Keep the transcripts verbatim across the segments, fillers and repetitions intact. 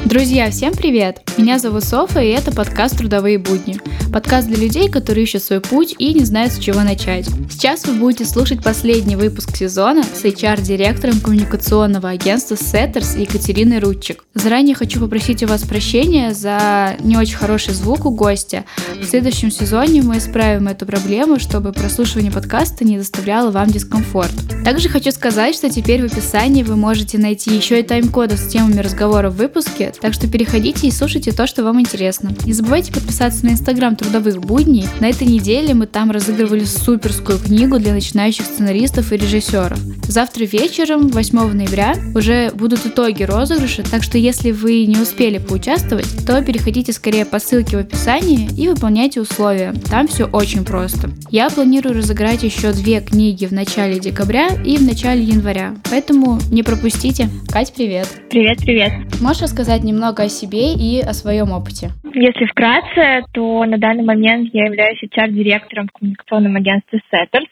Друзья, всем привет! Меня зовут Софа, и это подкаст «Трудовые будни». Подкаст для людей, которые ищут свой путь и не знают, с чего начать. Сейчас вы будете слушать последний выпуск сезона с эйч ар-директором коммуникационного агентства Setters Екатериной Рудчик. Заранее хочу попросить у вас прощения за не очень хороший звук у гостя. В следующем сезоне мы исправим эту проблему, чтобы прослушивание подкаста не доставляло вам дискомфорт. Также хочу сказать, что теперь в описании вы можете найти еще и тайм-коды с темами разговора в выпуске, так что переходите и слушайте то, что вам интересно. Не забывайте подписаться на инстаграм «Трудовых будней». На этой неделе мы там разыгрывали суперскую книгу для начинающих сценаристов и режиссеров. Завтра вечером, восьмого ноября, уже будут итоги розыгрыша, так что если вы не успели поучаствовать, то переходите скорее по ссылке в описании и выполняйте условия. Там все очень просто. Я планирую разыграть еще две книги в начале декабря и в начале января, поэтому не пропустите. Кать, привет! Привет-привет! Можешь рассказать немного о себе и о своем опыте? Если вкратце, то на данный момент я являюсь эйч ар-директором в коммуникационном агентстве Setters,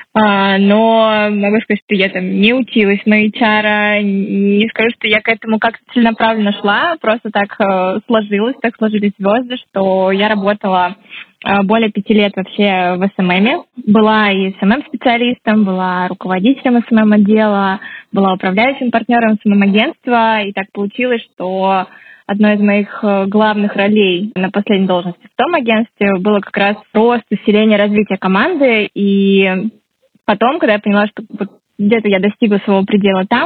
но могу сказать, что я там не училась на эйч ар, не скажу, что я к этому как-то целенаправленно шла, просто так сложилось, так сложились звезды, что я работала более пяти лет вообще в эс эм эм. Была и эс эм эм-специалистом, была руководителем эс эм эм-отдела, была управляющим партнером эс эм эм-агентства, и так получилось, что одной из моих главных ролей на последней должности в том агентстве было как раз рост, усиление, развитие команды. И потом, когда я поняла, что где-то я достигла своего предела там,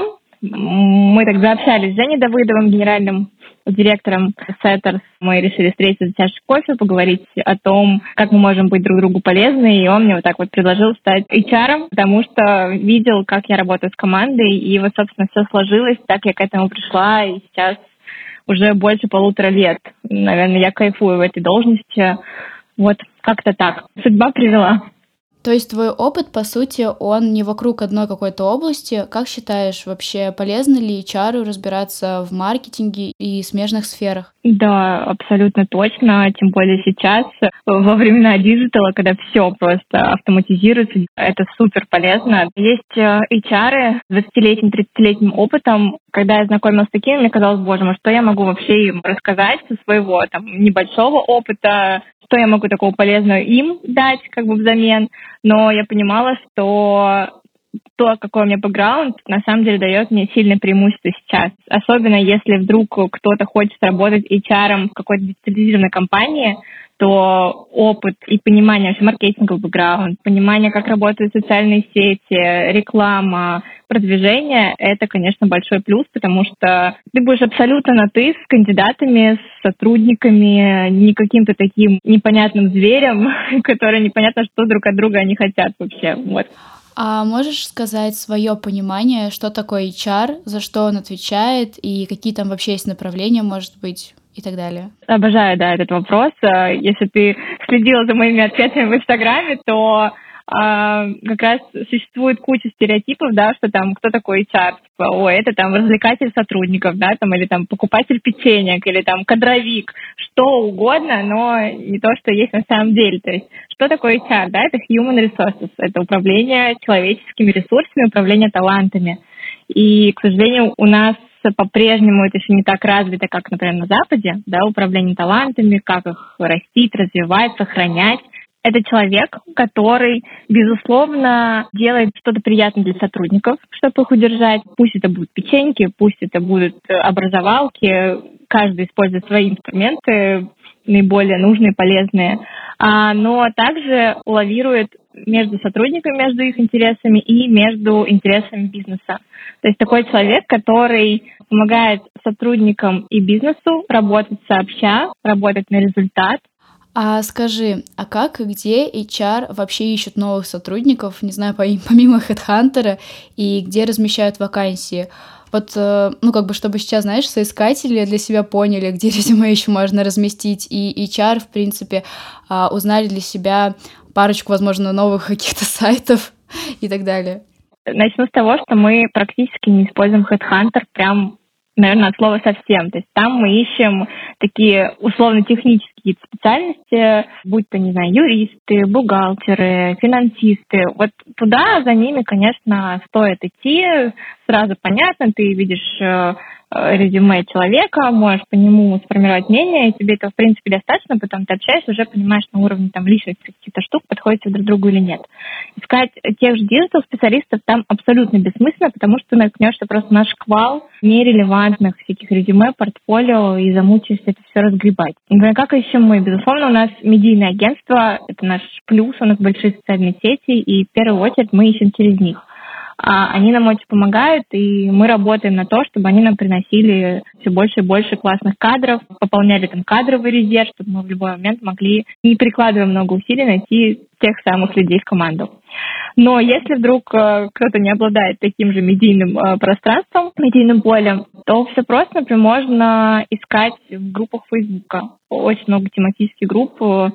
мы так заобщались с Женей Давыдовым, генеральным директором Setters. Мы решили встретиться за чашей кофе, поговорить о том, как мы можем быть друг другу полезны. И он мне вот так вот предложил стать эйч ар, потому что видел, как я работаю с командой. И вот, собственно, все сложилось. Так я к этому пришла. И сейчас уже больше полутора лет. Наверное, я кайфую в этой должности. Вот как-то так. Судьба привела. То есть твой опыт, по сути, он не вокруг одной какой-то области. Как считаешь, вообще полезно ли эйч ар разбираться в маркетинге и смежных сферах? Да, абсолютно точно. Тем более сейчас, во времена диджитала, когда все просто автоматизируется, это супер полезно. Есть эйч ар с двадцатилетним, тридцатилетним опытом. Когда я знакомилась с такими, мне казалось, боже мой, что я могу вообще им рассказать со своего там небольшого опыта, что я могу такого полезного им дать как бы взамен. Но я понимала, что то, какой у меня бэкграунд, на самом деле дает мне сильное преимущество сейчас. Особенно если вдруг кто-то хочет работать эйч ар в какой-то специализированной компании, то опыт и понимание вообще маркетинговый бэкграунд, понимание, как работают социальные сети, реклама, продвижение, это, конечно, большой плюс, потому что ты будешь абсолютно на «ты» с кандидатами, с сотрудниками, не каким-то таким непонятным зверем, который непонятно, что друг от друга они хотят вообще. Вот. А можешь сказать свое понимание, что такое эйч ар, за что он отвечает и какие там вообще есть направления, может быть, и так далее? Обожаю, да, этот вопрос. Если ты следила за моими ответами в Инстаграме, то а, как раз существует куча стереотипов, да, что там кто такой эйч ар, типа, ой, это там развлекатель сотрудников, да, там, или там покупатель печенек, или там кадровик, что угодно, но не то, что есть на самом деле. То есть, что такое эйч ар, да, это human resources, это управление человеческими ресурсами, управление талантами. И, к сожалению, у нас по-прежнему это еще не так развито, как, например, на Западе, да, управление талантами, как их растить, развивать, сохранять. Это человек, который, безусловно, делает что-то приятное для сотрудников, чтобы их удержать. Пусть это будут печеньки, пусть это будут образовалки. Каждый использует свои инструменты, наиболее нужные, полезные. А, но также лавирует между сотрудниками, между их интересами и между интересами бизнеса. То есть такой человек, который помогает сотрудникам и бизнесу работать сообща, работать на результат. А скажи, а как и где эйч ар вообще ищут новых сотрудников, не знаю, помимо HeadHunter, и где размещают вакансии? Вот, ну, как бы, чтобы сейчас, знаешь, соискатели для себя поняли, где резюме еще можно разместить, и эйч ар, в принципе, узнали для себя парочку, возможно, новых каких-то сайтов и так далее. Начну с того, что мы практически не используем HeadHunter прям, наверное, от слова совсем. То есть там мы ищем такие условно-технические специальности, будь то, не знаю, юристы, бухгалтеры, финансисты. Вот туда за ними, конечно, стоит идти. Сразу понятно, ты видишь э, резюме человека, можешь по нему сформировать мнение, и тебе этого, в принципе, достаточно, потом ты общаешься, уже понимаешь на уровне там личных каких-то штук, подходите друг другу или нет. Искать тех же диджитал-специалистов там абсолютно бессмысленно, потому что ты наткнешься просто на шквал нерелевантных всяких резюме, портфолио и замучаешься это все разгребать. Например, как ищем мы? Безусловно, у нас медийное агентство, это наш плюс, у нас большие социальные сети, и в первую очередь мы ищем через них. А они нам очень помогают, и мы работаем на то, чтобы они нам приносили все больше и больше классных кадров, пополняли там кадровый резерв, чтобы мы в любой момент могли, не прикладывая много усилий, найти тех самых людей в команду. Но если вдруг э, кто-то не обладает таким же медийным э, пространством, медийным полем, то все просто, например, можно искать в группах Фейсбука. Очень много тематических групп, э,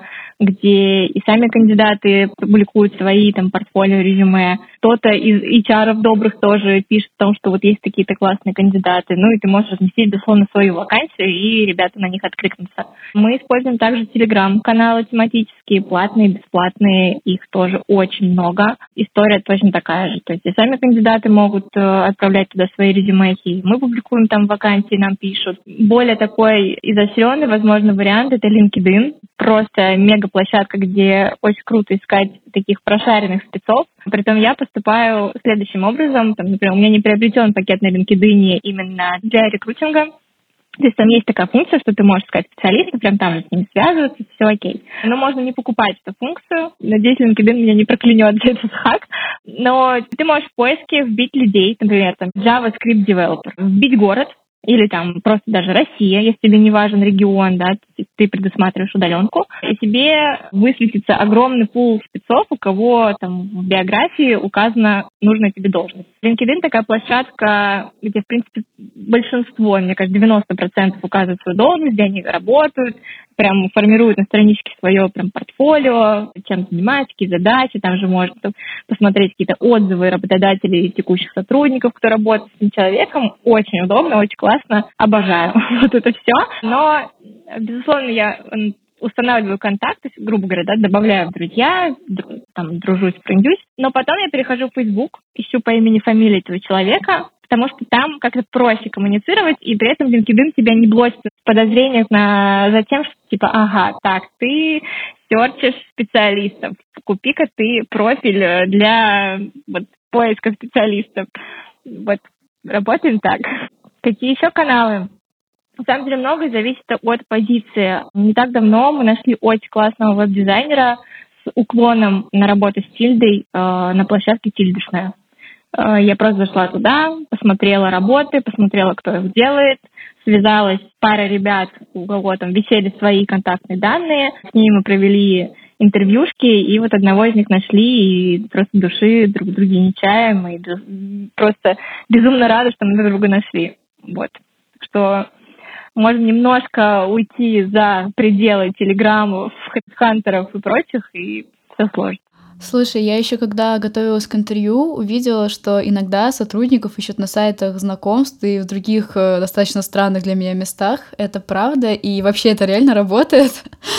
где и сами кандидаты публикуют свои там портфолио, резюме. Кто-то из эйч ар-ов добрых тоже пишет о том, что вот есть такие-то классные кандидаты. Ну и ты можешь разместить, безусловно, свою вакансию, и ребята на них откликнутся. Мы используем также телеграм-каналы тематические, платные, бесплатные. Их тоже очень много. История точно такая же. То есть и сами кандидаты могут э, отправлять туда свои резюме, и мы публикуем там вакансии, нам пишут. Более такой изощренный, возможно, вариант — это LinkedIn. Просто мега-площадка, где очень круто искать таких прошаренных спецов. Притом я поступаю следующим образом. Там, например, у меня не приобретен пакет на LinkedIn именно для рекрутинга. То есть там есть такая функция, что ты можешь искать специалиста, прям там же с ними связываться, все окей. Но можно не покупать эту функцию. Надеюсь, LinkedIn меня не проклянет за этот хак. Но ты можешь в поиске вбить людей, например, там JavaScript Developer, вбить город, или там просто даже Россия, если тебе не важен регион, да, ты предусматриваешь удаленку, и тебе высветится огромный пул спецов, у кого там в биографии указана нужная тебе должность. LinkedIn — такая площадка, где, в принципе, большинство, мне кажется, девяносто процентов указывают свою должность, где они работают, прям формируют на страничке свое прям портфолио, чем занимаются, какие задачи, там же можно посмотреть какие-то отзывы работодателей и текущих сотрудников, кто работает с этим человеком. Очень удобно, очень классно, обожаю вот это все. Но, безусловно, я устанавливаю контакты, грубо говоря, да, добавляю в друзья, там, дружусь, френдюсь, но потом я перехожу в Facebook, ищу по имени, фамилии этого человека, потому что там как-то проще коммуницировать, и при этом LinkedIn тебя не блочит в подозрениях на... за тем, что типа, ага, так, ты серчишь специалистов, купи-ка ты профиль для вот, поиска специалистов. Вот, работаем так. Какие еще каналы? На самом деле многое зависит от позиции. Не так давно мы нашли очень классного веб-дизайнера с уклоном на работу с тильдой э, на площадке Тильдышная. Э, я просто зашла туда, посмотрела работы, посмотрела, кто их делает, связалась с парой ребят, у кого там висели свои контактные данные, с ними мы провели интервьюшки, и вот одного из них нашли, и просто души друг в друге не чаем, и просто безумно рады, что мы друг друга нашли. Вот. Так что можно немножко уйти за пределы телеграммов, хедхантеров и прочих, и все сложно. Слушай, я еще когда готовилась к интервью, увидела, что иногда сотрудников ищут на сайтах знакомств и в других э, достаточно странных для меня местах. Это правда? И вообще это реально работает?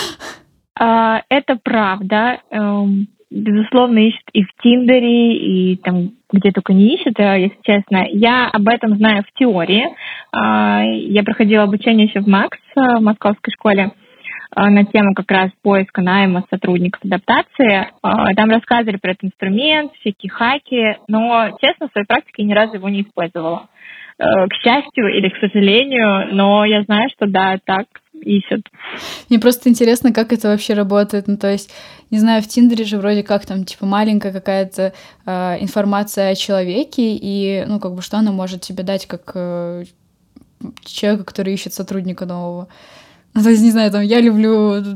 А, это правда. Эм, безусловно, ищут и в Тиндере, и там где только не ищут, если честно. Я об этом знаю в теории. А, я проходила обучение еще в МАКС, в московской школе, на тему как раз поиска найма сотрудников, адаптации. Там рассказывали про этот инструмент, всякие хаки, но, честно, в своей практике ни разу его не использовала. К счастью или к сожалению, но я знаю, что да, так ищут. Мне просто интересно, как это вообще работает. Ну, то есть, не знаю, в Тиндере же вроде как там, типа, маленькая какая-то э, информация о человеке, и, ну, как бы, что она может тебе дать как э, человека, который ищет сотрудника нового. Ну, то есть, не знаю, там, я люблю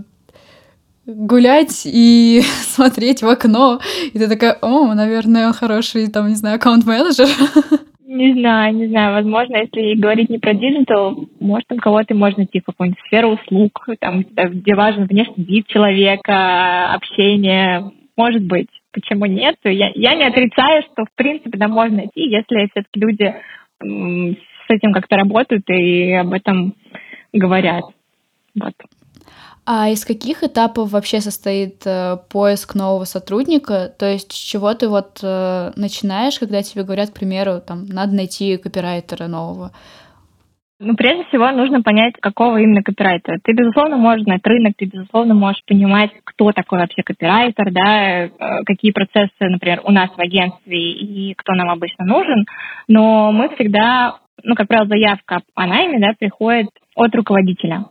гулять и смотреть в окно, и ты такая, о, наверное, он хороший, там, не знаю, аккаунт-менеджер. Не знаю, не знаю, возможно, если говорить не про диджитал, может, там кого-то можно найти в какую-нибудь сферу услуг, там, где важен внешний вид человека, общение, может быть, почему нет? Я, я не отрицаю, что, в принципе, да, можно найти, если все-таки люди м, с этим как-то работают и об этом говорят. Вот. А из каких этапов вообще состоит э, поиск нового сотрудника? То есть с чего ты вот э, начинаешь, когда тебе говорят, к примеру, там, надо найти копирайтера нового? Ну, прежде всего, нужно понять, какого именно копирайтера. Ты, безусловно, можешь знать рынок, ты, безусловно, можешь понимать, кто такой вообще копирайтер, да, какие процессы, например, у нас в агентстве и кто нам обычно нужен. Но мы всегда, ну, как правило, заявка о найме, да, приходит от руководителя.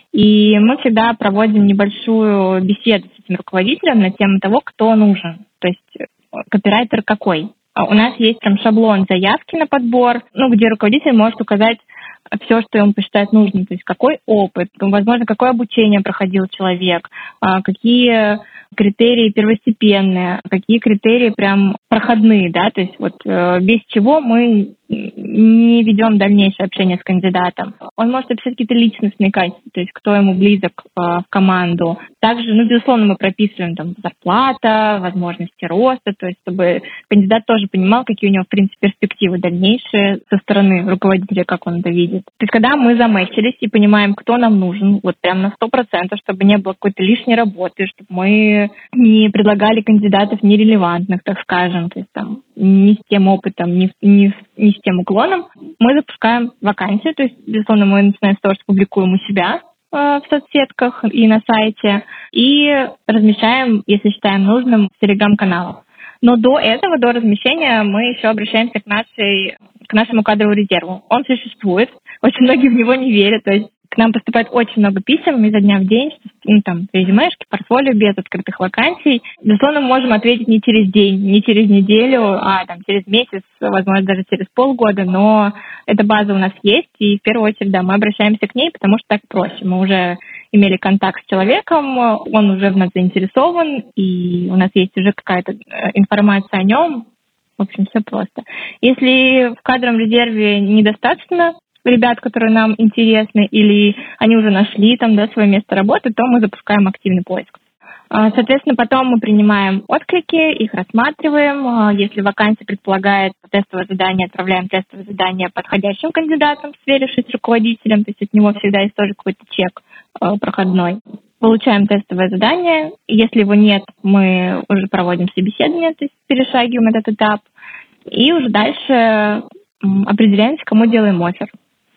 И мы всегда проводим небольшую беседу с этим руководителем на тему того, кто нужен. То есть копирайтер какой. У нас есть там шаблон заявки на подбор, ну, где руководитель может указать все, что ему посчитает нужным, то есть какой опыт, возможно, какое обучение проходил человек, какие критерии первостепенные, какие критерии прям проходные, да, то есть вот без чего мы не ведем дальнейшее общение с кандидатом. Он может описать какие-то личностные качества, то есть кто ему близок в команду. Также, ну, безусловно, мы прописываем там зарплата, возможности роста, то есть чтобы кандидат тоже понимал, какие у него, в принципе, перспективы дальнейшие со стороны руководителя, как он это видит. То есть когда мы замэчились и понимаем, кто нам нужен, вот прям на сто процентов, чтобы не было какой-то лишней работы, чтобы мы не предлагали кандидатов нерелевантных, так скажем, то есть там не с тем опытом, не, не, не с тем уклоном, мы запускаем вакансию, то есть, безусловно, мы начинаем с того, что публикуем у себя э, в соцсетках и на сайте, и размещаем, если считаем нужным, в телеграм-каналах. Но до этого, до размещения, мы еще обращаемся к, нашей, к нашему кадровому резерву. Он существует, очень многие в него не верят, то есть к нам поступает очень много писем изо дня в день, ну, там, резюмешки, портфолио без открытых вакансий. Безусловно, мы можем ответить не через день, не через неделю, а там, через месяц, возможно, даже через полгода, но эта база у нас есть, и в первую очередь, да, мы обращаемся к ней, потому что так проще. Мы уже имели контакт с человеком, он уже в нас заинтересован, и у нас есть уже какая-то информация о нем. В общем, все просто. Если в кадровом резерве недостаточно ребят, которые нам интересны, или они уже нашли там, да, свое место работы, то мы запускаем активный поиск. Соответственно, потом мы принимаем отклики, их рассматриваем. Если вакансия предполагает тестовое задание, отправляем тестовое задание подходящим кандидатам, сверившись с руководителем, то есть от него всегда есть тоже какой-то чек проходной. Получаем тестовое задание. Если его нет, мы уже проводим собеседование, то есть перешагиваем этот этап. И уже дальше определяемся, кому делаем оффер.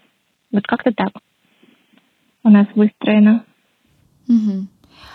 Вот как-то так у нас выстроено. Угу.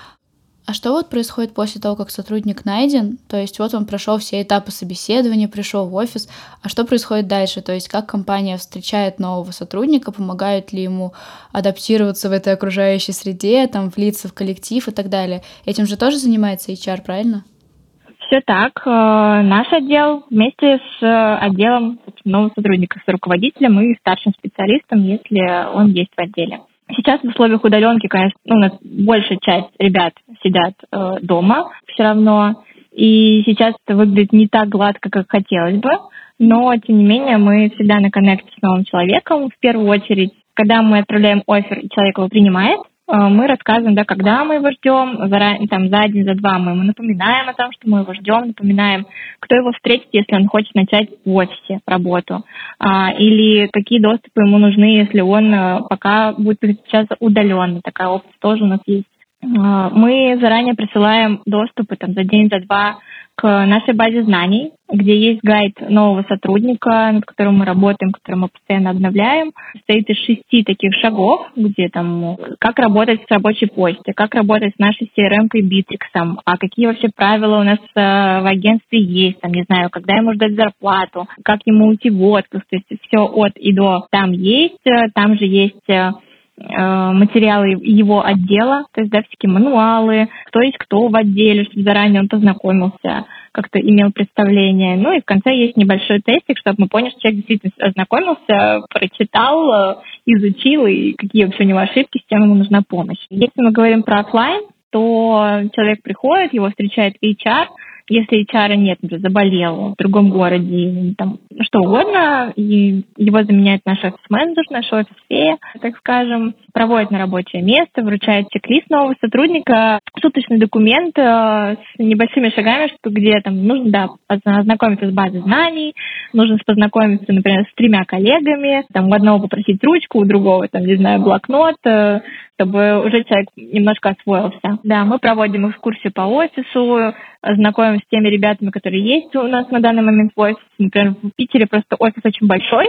А что вот происходит после того, как сотрудник найден? То есть вот он прошел все этапы собеседования, пришел в офис. А что происходит дальше? То есть как компания встречает нового сотрудника, помогают ли ему адаптироваться в этой окружающей среде, там, влиться в коллектив и так далее? Этим же тоже занимается эйч ар, правильно? Все так. Наш отдел вместе с отделом нового сотрудника, с руководителем и старшим специалистом, если он есть в отделе. Сейчас в условиях удаленки, конечно, ну, у нас большая часть ребят сидят э, дома все равно, и сейчас это выглядит не так гладко, как хотелось бы, но, тем не менее, мы всегда на коннекте с новым человеком. В первую очередь, когда мы отправляем оффер, и человек его принимает, э, мы рассказываем, да, когда мы его ждем, заранее, там, за день, за два мы ему напоминаем о том, что мы его ждем, напоминаем, кто его встретит, если он хочет начать в офисе работу, а, или какие доступы ему нужны, если он а, пока будет сейчас удаленно. Такая опция тоже у нас есть. А, мы заранее присылаем доступы там, за день, за два к нашей базе знаний, где есть гайд нового сотрудника, над которым мы работаем, который мы постоянно обновляем. Состоит из шести таких шагов, где там как работать с рабочей почтой, как работать с нашей си эр эм-кой Bittrex, а какие вообще правила у нас в агентстве есть, там, не знаю, когда ему ждать зарплату, как ему уйти в отпуск, то есть все от и до там есть, там же есть материалы его отдела, то есть, да, всякие мануалы, кто есть кто в отделе, чтобы заранее он познакомился, как-то имел представление. Ну и в конце есть небольшой тестик, чтобы мы поняли, что человек действительно ознакомился, прочитал, изучил, и какие вообще у него ошибки, с чем ему нужна помощь. Если мы говорим про офлайн, то человек приходит, его встречает эйч ар. Если эйч ар нет, например, заболел в другом городе, там, что угодно, и его заменяет наш офис-менеджер, наш офис-фея, так скажем, проводит на рабочее место, вручает чек-лист нового сотрудника, суточный документ э, с небольшими шагами, что где там нужно, да, ознакомиться с базой знаний, нужно познакомиться, например, с тремя коллегами, там у одного попросить ручку, у другого, там, не знаю, блокнот, э, чтобы уже человек немножко освоился. Да, мы проводим экскурсию по офису, знакомимся с теми ребятами, которые есть у нас на данный момент в офисе. Например, в Питере просто офис очень большой,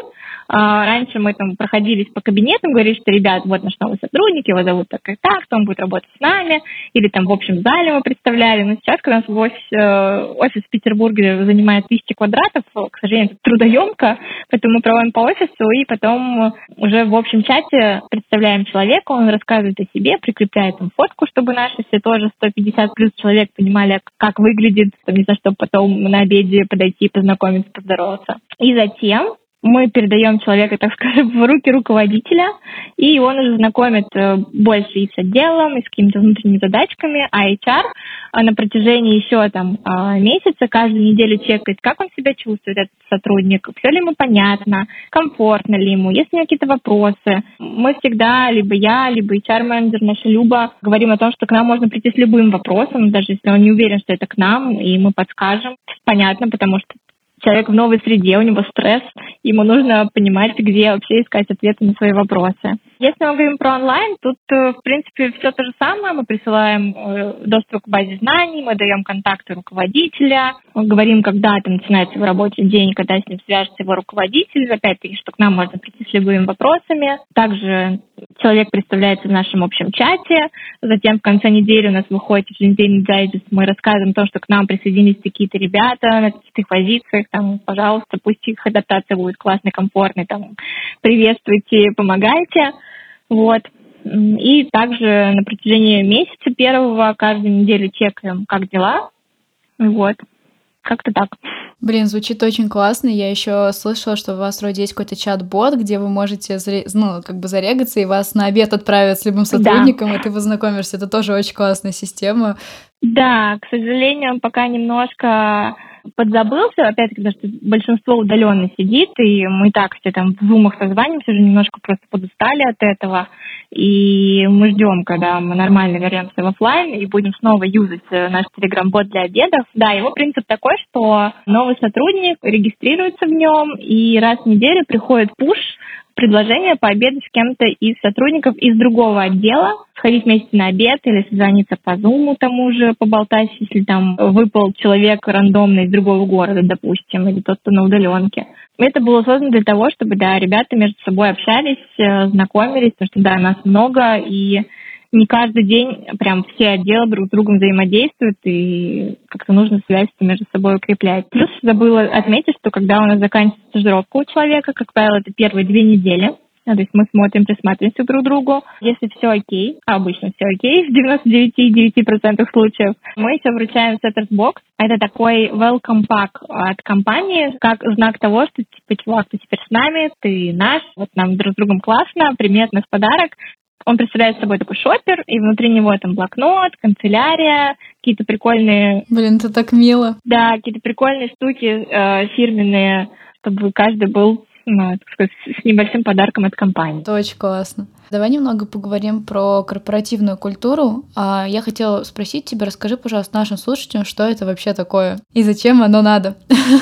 А, раньше мы там проходились по кабинетам, говорили, что, ребят, вот наш новый сотрудник, его зовут так и так, он будет работать с нами, или там в общем зале мы представляли. Но сейчас, когда у нас в офис, офис в Петербурге занимает тысячи квадратов, к сожалению, это трудоемко, поэтому мы проводим по офису, и потом уже в общем чате представляем человека, он рассказывает о себе, прикрепляет им фотку, чтобы наши все тоже сто пятьдесят плюс человек понимали, как выглядит, там, не знаю, чтобы потом на обеде подойти, познакомиться, поздороваться. И затем мы передаем человека, так скажем, в руки руководителя, и он уже знакомит больше и с отделом, и с какими-то внутренними задачками, а эйч ар на протяжении еще там месяца каждую неделю чекает, как он себя чувствует, этот сотрудник, все ли ему понятно, комфортно ли ему, есть ли какие-то вопросы. Мы всегда, либо я, либо эйч ар-менеджер наша Люба, говорим о том, что к нам можно прийти с любым вопросом, даже если он не уверен, что это к нам, и мы подскажем. Понятно, потому что человек в новой среде, у него стресс, ему нужно понимать, где вообще искать ответы на свои вопросы. Если мы говорим про онлайн, тут, в принципе, все то же самое. Мы присылаем доступ к базе знаний, мы даем контакты руководителя, мы говорим, когда там начинается его рабочий день, когда с ним свяжется его руководитель, опять-таки, что к нам можно прийти с любыми вопросами. Также человек представляется в нашем общем чате, затем в конце недели у нас выходит еженедельный дайджест, мы рассказываем о том, что к нам присоединились такие-то ребята на таких позициях, там, пожалуйста, пусть их адаптация будет классной, комфортной, там, приветствуйте, помогайте. Вот. И также на протяжении месяца первого каждую неделю чекаем, как дела. Вот. Как-то так. Блин, звучит очень классно. Я еще слышала, что у вас вроде есть какой-то чат-бот, где вы можете, ну, как бы зарегаться, и вас на обед отправят с любым сотрудником, да. И ты познакомишься. Это тоже очень классная система. Да, к сожалению, пока немножко подзабылся, опять-таки, потому что большинство удаленно сидит, и мы так все там в зумах созваниваемся, уже немножко просто подустали от этого, и мы ждем, когда мы нормально вернемся в офлайн и будем снова юзать наш телеграм-бот для обедов. Да, его принцип такой, что новый сотрудник регистрируется в нем, и раз в неделю приходит пуш, предложение пообедать с кем-то из сотрудников из другого отдела, сходить вместе на обед или созвониться по зуму тому же, поболтать, если там выпал человек рандомный из другого города, допустим, или тот, кто на удаленке. Это было создано для того, чтобы, да, ребята между собой общались, знакомились, потому что, да, нас много, и не каждый день прям все отделы друг с другом взаимодействуют, и как-то нужно связь между собой укреплять. Плюс забыла отметить, что когда у нас заканчивается стажировка у человека, как правило, это первые две недели, то есть мы смотрим, присматриваемся друг к другу. Если все окей, а обычно все окей, в девяносто девять целых девять десятых процента случаев, мы еще вручаем Setters Box. Это такой welcome pack от компании, как знак того, что типа, чувак, ты теперь с нами, ты наш, вот нам друг с другом классно, примет наш подарок. Он представляет собой такой шопер, и внутри него там блокнот, канцелярия, какие-то прикольные... Блин, это так мило. Да, какие-то прикольные штуки э, фирменные, чтобы каждый был, ну, так сказать, с небольшим подарком от компании. Это очень классно. Давай немного поговорим про корпоративную культуру. А я хотела спросить тебя, расскажи, пожалуйста, нашим слушателям, что это вообще такое и зачем оно надо.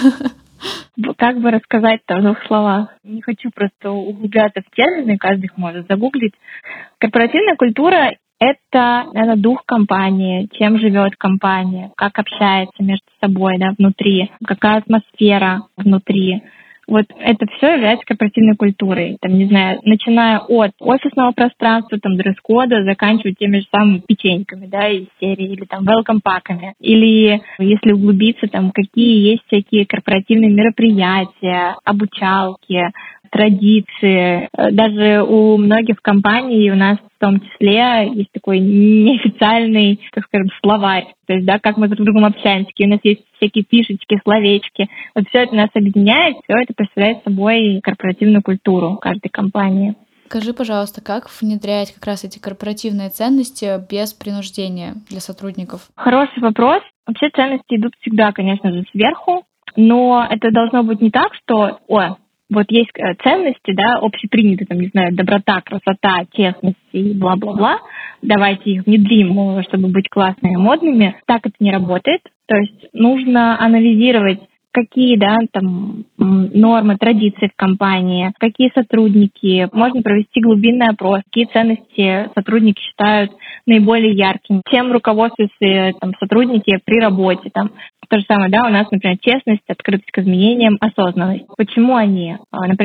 Как бы рассказать-то в двух словах? Не хочу просто углубляться в термины, каждый их может загуглить. Корпоративная культура — это, это дух компании, чем живет компания, как общается между собой, да, внутри, какая атмосфера внутри. Вот это все является корпоративной культурой. Там, не знаю, начиная от офисного пространства, там, дресс-кода, заканчивая теми же самыми печеньками, да, из серии, или там welcome-паками. Или, если углубиться, там, какие есть всякие корпоративные мероприятия, обучалки, традиции. Даже у многих компаний, у нас в том числе, есть такой неофициальный, так скажем, словарь. То есть, да, как мы друг с другом общаемся, у нас есть всякие фишечки, словечки. Вот все это нас объединяет, все это представляет собой корпоративную культуру каждой компании. Скажи, пожалуйста, как внедрять как раз эти корпоративные ценности без принуждения для сотрудников? Хороший вопрос. Вообще ценности идут всегда, конечно же, сверху, но это должно быть не так, что, о, вот есть ценности, да, общепринятые, там, не знаю, доброта, красота, честность и бла-бла-бла, давайте их внедрим, чтобы быть классными и модными. Так это не работает. То есть нужно анализировать, какие, да, там, нормы, традиции в компании, какие сотрудники. Можно провести глубинный опрос, какие ценности сотрудники считают наиболее яркими, чем руководствуются там, сотрудники при работе. Там. То же самое, да, у нас, например, честность, открытость к изменениям, осознанность. Почему они? Например,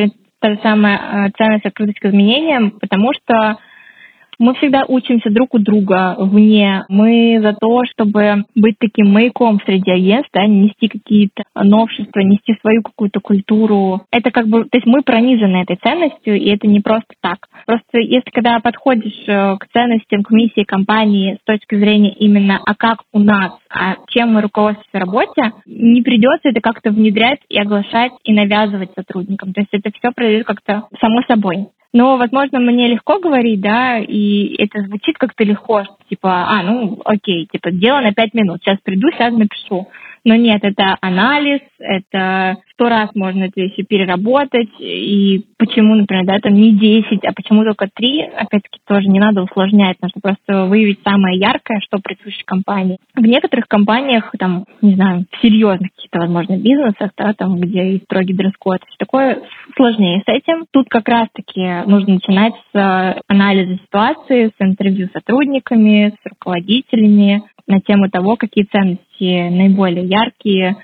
та же самая ценность, открытость к изменениям, потому что мы всегда учимся друг у друга вне. Мы за то, чтобы быть таким маяком среди агентств, да, нести какие-то новшества, нести свою какую-то культуру. Это как бы, то есть мы пронизаны этой ценностью, и это не просто так. Просто если когда подходишь к ценностям, к миссии компании с точки зрения именно, а как у нас, а чем мы руководствуемся в работе, не придется это как-то внедрять и оглашать, и навязывать сотрудникам. То есть это все произойдет как-то само собой. Но, возможно, мне легко говорить, да, и это звучит как-то легко, что, типа, а, ну, окей, типа, дело на пять минут, сейчас приду, сейчас напишу. Но нет, это анализ, это сто раз можно это еще переработать, и почему, например, да, там не десять, а почему только три, опять-таки, тоже не надо усложнять, нужно просто выявить самое яркое, что присуще компании. В некоторых компаниях, там, не знаю, в серьезных каких-то, возможно, бизнесах, да, там, где и строгий дресс-код, все такое, сложнее с этим. Тут как раз-таки нужно начинать с анализа ситуации, с интервью с сотрудниками, с руководителями на тему того, какие ценности наиболее яркие,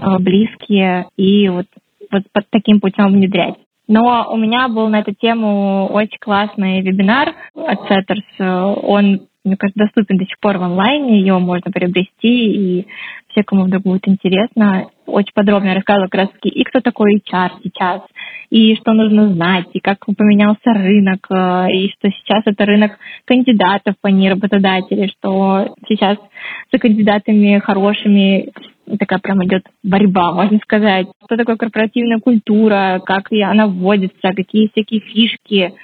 близкие, и вот, вот под таким путем внедрять. Но у меня был на эту тему очень классный вебинар от Setters. Он, мне кажется, доступен до сих пор в онлайне, его можно приобрести, и все, кому вдруг будет интересно, очень подробно я рассказывала как раз-таки, и кто такой эйч ар сейчас, и что нужно знать, и как поменялся рынок, и что сейчас это рынок кандидатов, а не работодателей, что сейчас за кандидатами хорошими такая прям идет борьба, можно сказать. Что такое корпоративная культура, как она вводится, какие всякие фишки.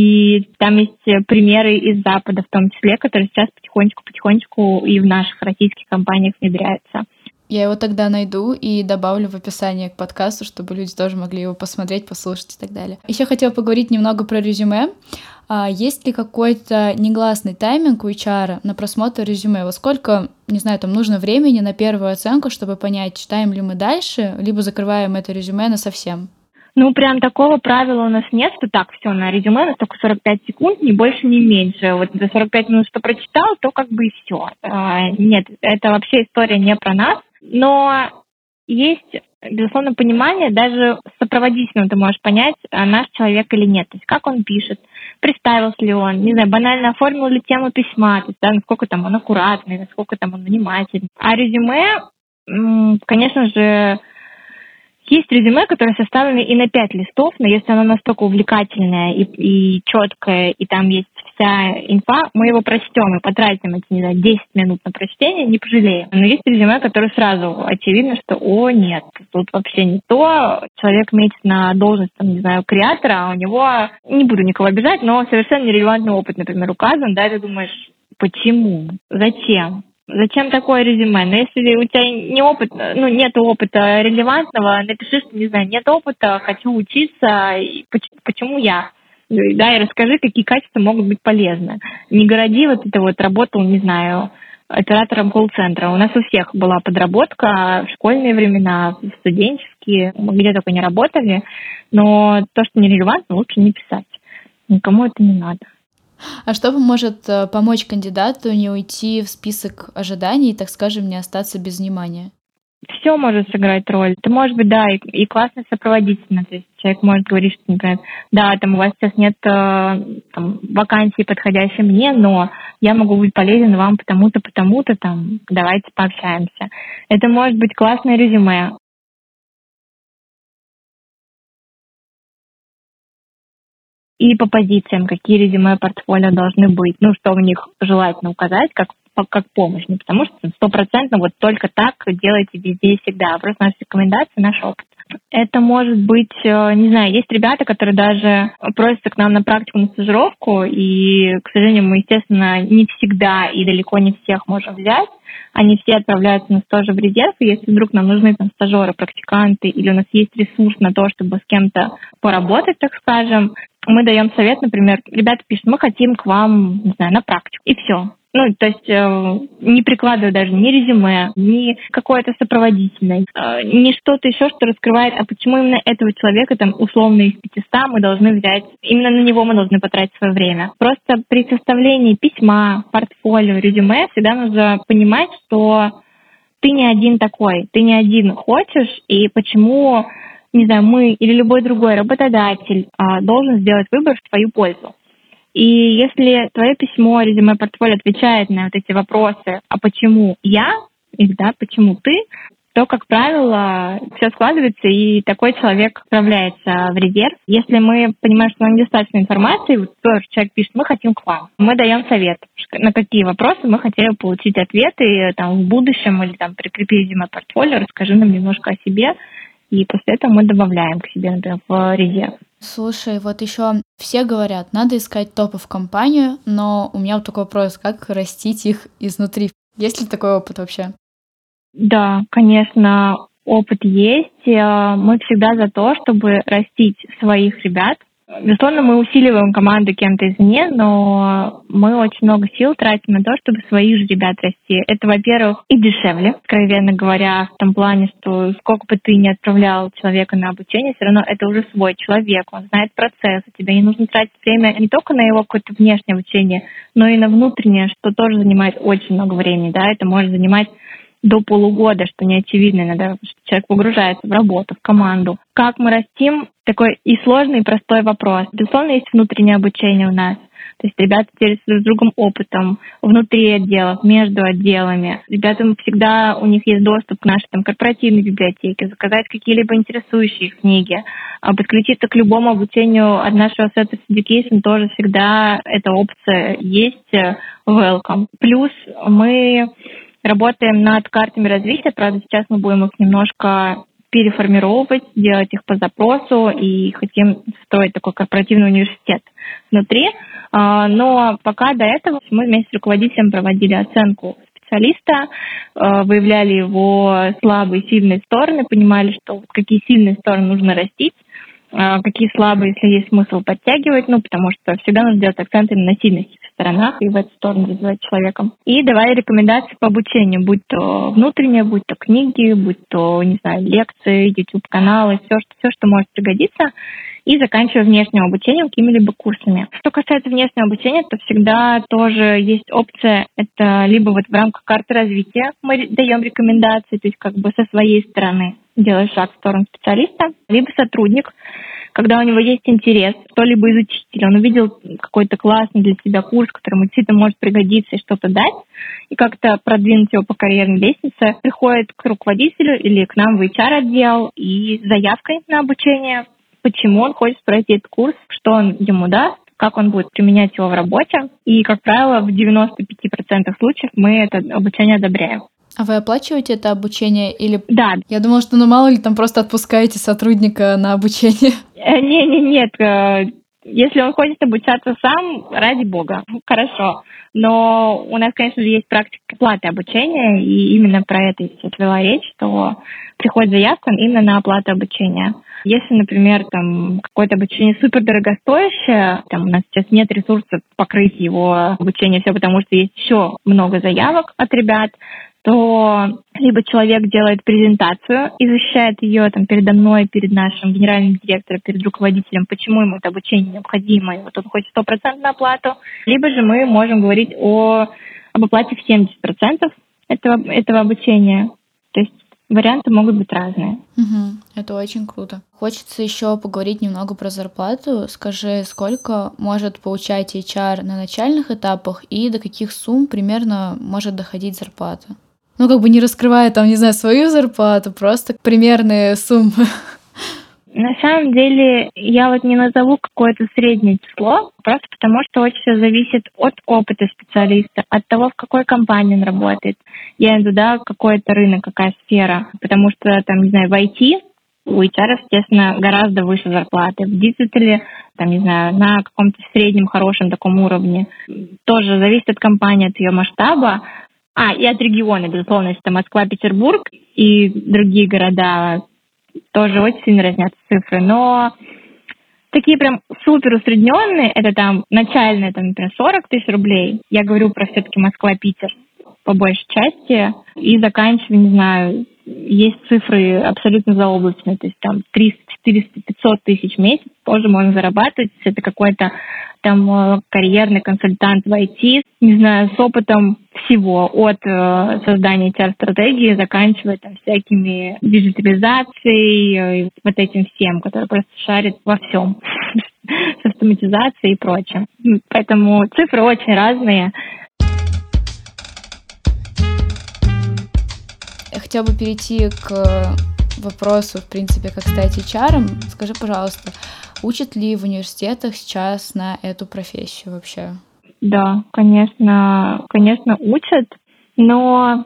И там есть примеры из Запада в том числе, которые сейчас потихонечку-потихонечку и в наших российских компаниях внедряются. Я его тогда найду и добавлю в описание к подкасту, чтобы люди тоже могли его посмотреть, послушать и так далее. Еще хотела поговорить немного про резюме. А есть ли какой-то негласный тайминг у эйч ар на просмотр резюме? Во сколько, не знаю, там нужно времени на первую оценку, чтобы понять, читаем ли мы дальше, либо закрываем это резюме насовсем? Ну, прям такого правила у нас нет, что так, все, на резюме у нас только сорок пять секунд, ни больше, ни меньше. Вот за сорок пять минут что прочитал, то как бы и все. А, нет, это вообще история не про нас. Но есть, безусловно, понимание, даже с сопроводителем ты можешь понять, наш человек или нет. То есть как он пишет, представился ли он, не знаю, банально оформил ли тему письма, то есть, да, насколько там он аккуратный, насколько там он внимательный. А резюме, конечно же, есть резюме, которое составлено и на пять листов, но если оно настолько увлекательное и, и четкое, и там есть вся инфа, мы его прочтем и потратим эти, не знаю, десять минут на прочтение, не пожалеем. Но есть резюме, которое сразу очевидно, что, о, нет, тут вообще не то, человек метит на должность, там, не знаю, креатора, а у него, не буду никого обижать, но совершенно нерелевантный опыт, например, указан, да, и ты думаешь, почему, зачем? Зачем такое резюме? Но если у тебя не опыт, ну, нет опыта релевантного, напиши, что, не знаю, нет опыта, хочу учиться, и почему я? Да, и расскажи, какие качества могут быть полезны. Не городи вот это вот, работал, не знаю, оператором колл-центра. У нас у всех была подработка в школьные времена, в студенческие, мы где только не работали, но то, что нерелевантно, лучше не писать. Никому это не надо. А что может помочь кандидату не уйти в список ожиданий и, так скажем, не остаться без внимания? Все может сыграть роль. Это может быть, да, и, и классно сопроводительно. То есть человек может говорить, что, например, да, там у вас сейчас нет там, вакансии, подходящей мне, но я могу быть полезен вам потому-то, потому-то, там, давайте пообщаемся. Это может быть классное резюме. И по позициям, какие резюме, портфолио должны быть, ну, что в них желательно указать, как, как помощь, не потому что стопроцентно вот только так делайте везде и всегда, а просто наши рекомендации, наш опыт. Это может быть, не знаю, есть ребята, которые даже просятся к нам на практику, на стажировку, и, к сожалению, мы, естественно, не всегда и далеко не всех можем взять. Они все отправляются на стажи в резерв, и если вдруг нам нужны там стажеры, практиканты, или у нас есть ресурс на то, чтобы с кем-то поработать, так скажем, мы даем совет, например, ребята пишут, мы хотим к вам, не знаю, на практику, и все. Ну, то есть э, не прикладывая даже ни резюме, ни какое-то сопроводительное, э, ни что-то еще, что раскрывает, а почему именно этого человека, там, условно, из пятисот мы должны взять, именно на него мы должны потратить свое время. Просто при составлении письма, портфолио, резюме всегда нужно понимать, что ты не один такой, ты не один хочешь, и почему не знаю, мы или любой другой работодатель а, должен сделать выбор в твою пользу. И если твое письмо, резюме, портфолио отвечает на вот эти вопросы, а почему я, или да, почему ты, то, как правило, все складывается, и такой человек отправляется в резерв. Если мы понимаем, что нам недостаточно информации, вот тоже человек пишет, мы хотим к вам. Мы даем совет, на какие вопросы мы хотели получить ответы, и там, в будущем или там, прикрепи резюме портфолио, расскажи нам немножко о себе, и после этого мы добавляем к себе, например, в резерв. Слушай, вот еще все говорят, надо искать топы в компанию, но у меня вот такой вопрос, как растить их изнутри? Есть ли такой опыт вообще? Да, конечно, опыт есть. Мы всегда за то, чтобы растить своих ребят. Безусловно, мы усиливаем команду кем-то извне, но мы очень много сил тратим на то, чтобы своих же ребят расти. Это, во-первых, и дешевле, откровенно говоря, в том плане, что сколько бы ты ни отправлял человека на обучение, все равно это уже свой человек, он знает процесс, тебе не нужно тратить время не только на его какое-то внешнее обучение, но и на внутреннее, что тоже занимает очень много времени, да, это может занимать до полугода, что не очевидно иногда, что человек погружается в работу, в команду. Как мы растим? Такой и сложный, и простой вопрос. Безусловно, есть внутреннее обучение у нас. То есть ребята делятся друг с другом опытом внутри отделов, между отделами. Ребятам всегда у них есть доступ к нашей там, корпоративной библиотеке, заказать какие-либо интересующие их книги, подключиться к любому обучению от нашего Setters Education тоже всегда эта опция есть, welcome. Плюс мы работаем над картами развития, правда, сейчас мы будем их немножко переформировать, делать их по запросу и хотим строить такой корпоративный университет внутри. Но пока до этого мы вместе с руководителем проводили оценку специалиста, выявляли его слабые и сильные стороны, понимали, что какие сильные стороны нужно растить, какие слабые, если есть смысл подтягивать, ну, потому что всегда нужно делать акценты на сильных сторонах и в эту сторону развивать человеком. И давали рекомендации по обучению, будь то внутреннее, будь то книги, будь то, не знаю, лекции, YouTube-каналы, все, что, все, что может пригодиться, и заканчивая внешним обучением какими-либо курсами. Что касается внешнего обучения, то всегда тоже есть опция, это либо вот в рамках карты развития мы даем рекомендации, то есть как бы со своей стороны делаешь шаг в сторону специалиста, либо сотрудник, когда у него есть интерес что-либо изучить, или он увидел какой-то классный для себя курс, который ему действительно может пригодиться и что-то дать, и как-то продвинуть его по карьерной лестнице, приходит к руководителю или к нам в эйч ар-отдел и с заявкой на обучение, почему он хочет пройти этот курс, что он ему даст, как он будет применять его в работе. И, как правило, в девяноста пяти процентах случаев мы это обучение одобряем. А вы оплачиваете это обучение или... Да. Я думала, что ну мало ли там просто отпускаете сотрудника на обучение. Не-не-нет, если он хочет обучаться сам, ради бога, хорошо. Но у нас, конечно же, есть практика оплаты обучения, и именно про это сейчас вела речь, что приходит заявка именно на оплату обучения. Если, например, там какое-то обучение супер дорогостоящее, там у нас сейчас нет ресурсов покрыть его обучение, все потому что есть еще много заявок от ребят, то либо человек делает презентацию и защищает ее там, передо мной, перед нашим генеральным директором, перед руководителем, почему ему это обучение необходимо, и вот он хочет стопроцентную оплату, либо же мы можем говорить о, об оплате в семьдесят процентов этого, этого обучения. То есть варианты могут быть разные. Угу, это очень круто. Хочется еще поговорить немного про зарплату. Скажи, сколько может получать эйч ар на начальных этапах и до каких сумм примерно может доходить зарплата? Ну, как бы не раскрывая там, не знаю, свою зарплату, просто примерные суммы. На самом деле, я вот не назову какое-то среднее число, просто потому что очень все зависит от опыта специалиста, от того, в какой компании он работает. Я имею в виду, да, какой это рынок, какая сфера. Потому что, там, не знаю, в ай ти у эйч ар, естественно, гораздо выше зарплаты. В диджитале, там, не знаю, на каком-то среднем, хорошем таком уровне. Тоже зависит от компании, от ее масштаба. А, и от региона, безусловно, если это Москва, Петербург и другие города, тоже очень сильно разнятся цифры. Но такие прям супер усредненные, это там начальные, там, например, сорок тысяч рублей. Я говорю про все-таки Москва-Питер по большей части. И заканчивая, не знаю, есть цифры абсолютно заоблачные, то есть там триста четыреста-пятьсот тысяч в месяц тоже можно зарабатывать. Если это какой-то там карьерный консультант в ай ти, не знаю, с опытом всего, от э, создания эйч ар-стратегии, заканчивая там всякими диджитализацией, э, вот этим всем, который просто шарит во всем, с автоматизацией и прочим. Поэтому цифры очень разные. Я хотела бы перейти к вопросу, в принципе, как стать эйч ар. Скажи, пожалуйста, учат ли в университетах сейчас на эту профессию вообще? Да, конечно, конечно, учат, но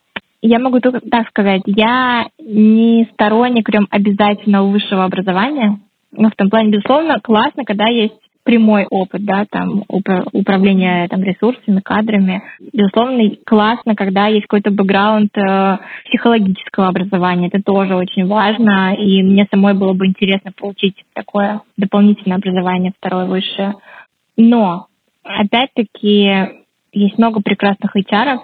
я могу только так сказать, я не сторонник прям обязательного высшего образования, но в том плане, безусловно, классно, когда есть прямой опыт, да, там, управления там, ресурсами, кадрами. Безусловно, классно, когда есть какой-то бэкграунд э, психологического образования. Это тоже очень важно, и мне самой было бы интересно получить такое дополнительное образование, второе высшее. Но, опять-таки, есть много прекрасных эйч ар-ов,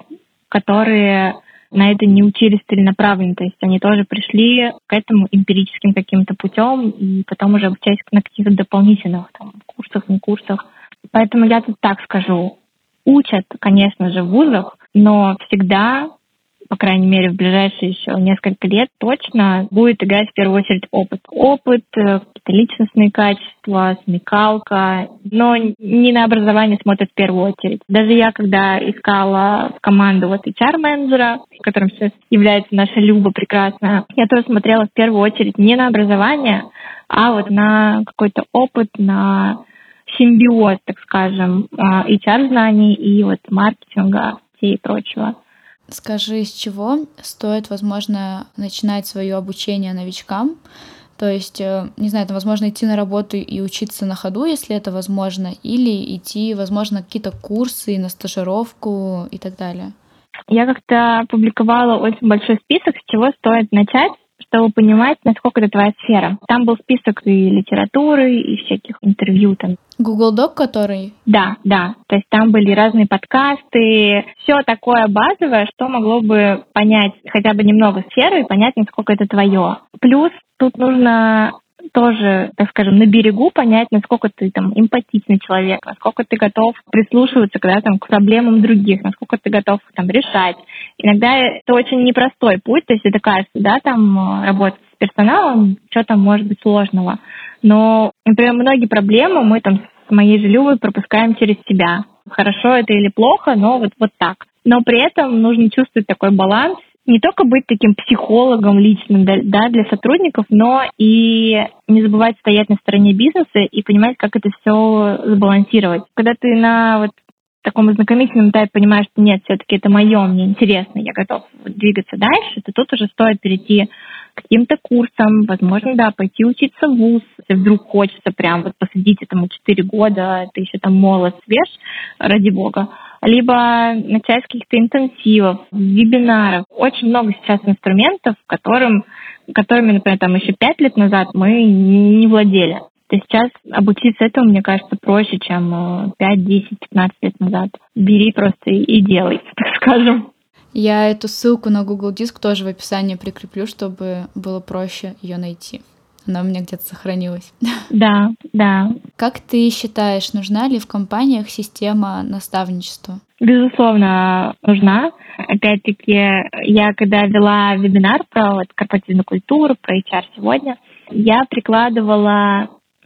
которые на это не учились целенаправленно, то есть они тоже пришли к этому эмпирическим каким-то путем и потом уже обучались на каких-то дополнительных там, курсах, не курсах. Поэтому я тут так скажу, учат, конечно же, в вузах, но всегда, по крайней мере, в ближайшие еще несколько лет точно будет играть в первую очередь опыт. Опыт, какие-то личностные качества, смекалка, но не на образование смотрят в первую очередь. Даже я, когда искала в команду вот эйч ар-менеджера, которым сейчас является наша Люба прекрасная, я тоже смотрела в первую очередь не на образование, а вот на какой-то опыт, на симбиоз, так скажем, эйч ар-знаний и вот маркетинга и прочего. Скажи, с чего стоит, возможно, начинать свое обучение новичкам? То есть, не знаю, это, возможно, идти на работу и учиться на ходу, если это возможно, или идти, возможно, на какие-то курсы, на стажировку и так далее? Я как-то опубликовала очень большой список, с чего стоит начать, чтобы понимать, насколько это твоя сфера. Там был список и литературы, и всяких интервью там. Google Doc, который? Да, да. То есть там были разные подкасты, все такое базовое, что могло бы понять хотя бы немного сферы и понять, насколько это твое. Плюс тут нужно тоже, так скажем, на берегу понять, насколько ты там эмпатичный человек, насколько ты готов прислушиваться когда, там, к проблемам других, насколько ты готов там решать. Иногда это очень непростой путь, то есть это кажется, да, там работать с персоналом, что там может быть сложного. Но, например, многие проблемы мы там с моей же Любой пропускаем через себя. Хорошо это или плохо, но вот, вот так. Но при этом нужно чувствовать такой баланс, не только быть таким психологом лично, да, для сотрудников, но и не забывать стоять на стороне бизнеса и понимать, как это все сбалансировать. Когда ты на вот таком ознакомительном этапе понимаешь, что нет, все-таки это мое, мне интересно, я готов двигаться дальше, то тут уже стоит перейти к каким-то курсам, возможно, да, пойти учиться в вуз, если вдруг хочется прям вот посадить этому четыре года, ты еще там молод, свеж, ради бога. Либо начать с каких-то интенсивов, вебинаров. Очень много сейчас инструментов, которым, которыми, например, там еще пять лет назад мы не владели. То есть сейчас обучиться этому, мне кажется, проще, чем пять, десять, пятнадцать лет назад. Бери просто и делай, так скажем. Я эту ссылку на Google Диск тоже в описании прикреплю, чтобы было проще ее найти. Она у меня где-то сохранилась. Да, да. Как ты считаешь, нужна ли в компаниях система наставничества? Безусловно, нужна. Опять-таки, я когда вела вебинар про вот, корпоративную культуру, про эйч ар сегодня, я прикладывала